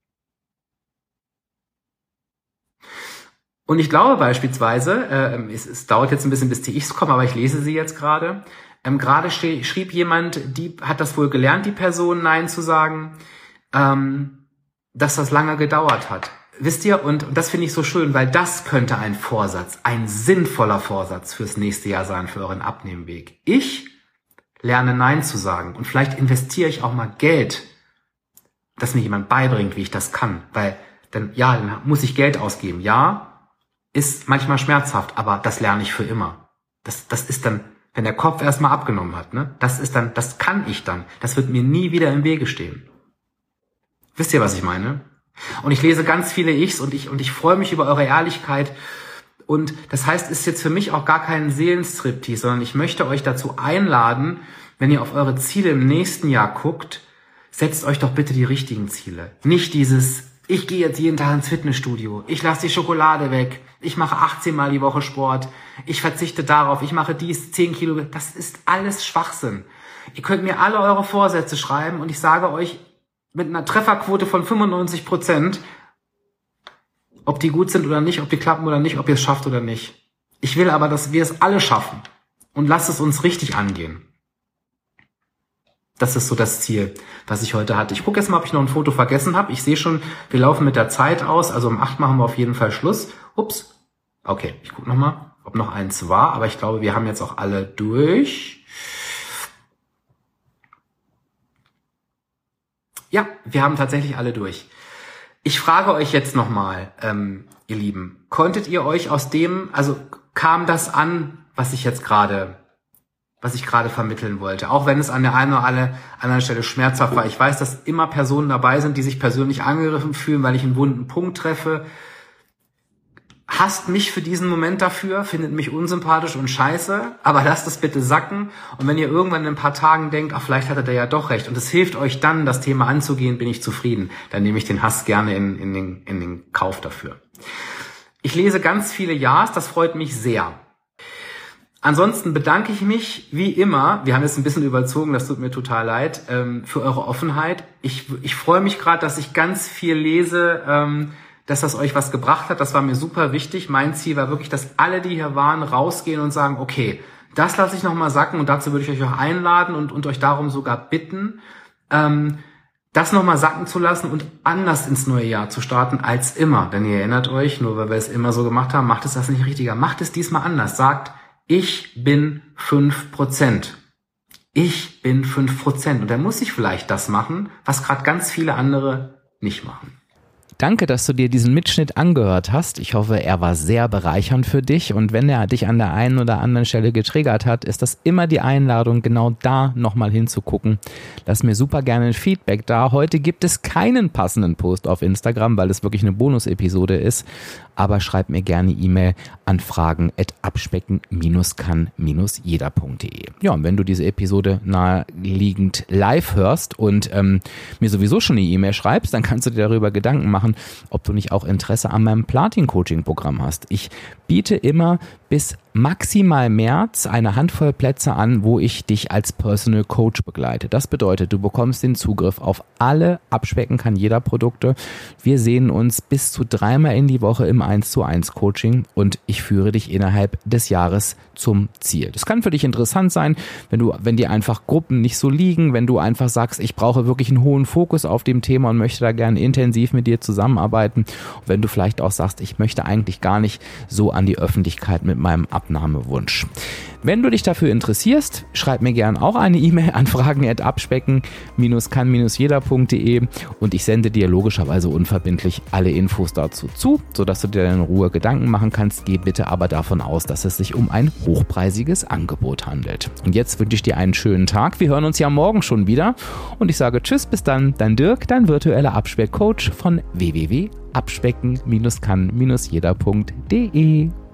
Und ich glaube beispielsweise, äh, es, es dauert jetzt ein bisschen, bis die Ichs kommen, aber ich lese sie jetzt gerade. Ähm, gerade schrieb jemand, die hat das wohl gelernt, die Person Nein zu sagen, ähm, dass das lange gedauert hat. Wisst ihr, und, und das finde ich so schön, weil das könnte ein Vorsatz, ein sinnvoller Vorsatz fürs nächste Jahr sein, für euren Abnehmweg. Ich lerne Nein zu sagen und vielleicht investiere ich auch mal Geld, dass mir jemand beibringt, wie ich das kann, weil dann, ja, dann muss ich Geld ausgeben, ja, ist manchmal schmerzhaft, aber das lerne ich für immer. Das, das ist dann, Wenn der Kopf erstmal abgenommen hat, ne? Das ist dann, das kann ich dann. Das wird mir nie wieder im Wege stehen. Wisst ihr, was ich meine? Und ich lese ganz viele Ichs und ich, und ich freue mich über eure Ehrlichkeit. Und das heißt, es ist jetzt für mich auch gar kein Seelenstriptease, sondern ich möchte euch dazu einladen, wenn ihr auf eure Ziele im nächsten Jahr guckt, setzt euch doch bitte die richtigen Ziele. Nicht dieses, ich gehe jetzt jeden Tag ins Fitnessstudio, ich lasse die Schokolade weg, ich mache achtzehn Mal die Woche Sport, ich verzichte darauf, ich mache dies, zehn Kilo. Das ist alles Schwachsinn. Ihr könnt mir alle eure Vorsätze schreiben und ich sage euch mit einer Trefferquote von fünfundneunzig Prozent, ob die gut sind oder nicht, ob die klappen oder nicht, ob ihr es schafft oder nicht. Ich will aber, dass wir es alle schaffen. Und lasst es uns richtig angehen. Das ist so das Ziel, was ich heute hatte. Ich gucke jetzt mal, ob ich noch ein Foto vergessen habe. Ich sehe schon, wir laufen mit der Zeit aus. Also um acht machen wir auf jeden Fall Schluss. Ups. Okay, ich gucke nochmal, ob noch eins war. Aber ich glaube, wir haben jetzt auch alle durch. Ja, wir haben tatsächlich alle durch. Ich frage euch jetzt nochmal, ähm, ihr Lieben, konntet ihr euch aus dem, also kam das an, was ich jetzt gerade, was ich gerade vermitteln wollte, auch wenn es an der einen oder anderen Stelle schmerzhaft war. Ich weiß, dass immer Personen dabei sind, die sich persönlich angegriffen fühlen, weil ich einen wunden Punkt treffe. Hasst mich für diesen Moment dafür, findet mich unsympathisch und scheiße, aber lasst es bitte sacken. Und wenn ihr irgendwann in ein paar Tagen denkt, ach, vielleicht hatte der ja doch recht und es hilft euch dann, das Thema anzugehen, bin ich zufrieden. Dann nehme ich den Hass gerne in, in, den, in den Kauf dafür. Ich lese ganz viele Ja's, das freut mich sehr. Ansonsten bedanke ich mich, wie immer, wir haben jetzt ein bisschen überzogen, das tut mir total leid, ähm, für eure Offenheit. Ich, ich freue mich gerade, dass ich ganz viel lese, ähm, dass das euch was gebracht hat. Das war mir super wichtig. Mein Ziel war wirklich, dass alle, die hier waren, rausgehen und sagen, okay, das lasse ich nochmal sacken und dazu würde ich euch auch einladen und, und euch darum sogar bitten, ähm, das nochmal sacken zu lassen und anders ins neue Jahr zu starten als immer. Denn ihr erinnert euch, nur weil wir es immer so gemacht haben, macht es das nicht richtiger. Macht es diesmal anders. Sagt, ich bin fünf Prozent. Ich bin fünf Prozent. Und dann muss ich vielleicht das machen, was gerade ganz viele andere nicht machen. Danke, dass du dir diesen Mitschnitt angehört hast. Ich hoffe, er war sehr bereichernd für dich und wenn er dich an der einen oder anderen Stelle getriggert hat, ist das immer die Einladung, genau da nochmal hinzugucken. Lass mir super gerne ein Feedback da. Heute gibt es keinen passenden Post auf Instagram, weil es wirklich eine Bonus-Episode ist, aber schreib mir gerne E-Mail an fragen at abspecken kann jeder punkt de. Ja, und wenn du diese Episode naheliegend live hörst und ähm, mir sowieso schon eine E-Mail schreibst, dann kannst du dir darüber Gedanken machen, ob du nicht auch Interesse an meinem Platin-Coaching-Programm hast. Ich biete immer bis maximal März eine Handvoll Plätze an, wo ich dich als Personal Coach begleite. Das bedeutet, du bekommst den Zugriff auf alle Abspecken kann jeder Produkte. Wir sehen uns bis zu dreimal in die Woche im eins zu eins Coaching und ich führe dich innerhalb des Jahres zum Ziel. Das kann für dich interessant sein, wenn du, wenn dir einfach Gruppen nicht so liegen, wenn du einfach sagst, ich brauche wirklich einen hohen Fokus auf dem Thema und möchte da gerne intensiv mit dir zusammenarbeiten. Und wenn du vielleicht auch sagst, ich möchte eigentlich gar nicht so an die Öffentlichkeit mit meinem Abnahmewunsch. Wenn du dich dafür interessierst, schreib mir gerne auch eine E-Mail an fragen at abspecken kann jeder punkt de und ich sende dir logischerweise unverbindlich alle Infos dazu zu, sodass du dir in Ruhe Gedanken machen kannst. Geh bitte aber davon aus, dass es sich um ein hochpreisiges Angebot handelt. Und jetzt wünsche ich dir einen schönen Tag. Wir hören uns ja morgen schon wieder und ich sage tschüss, bis dann, dein Dirk, dein virtueller Abspeckcoach von w w w punkt abspecken kann jeder punkt de.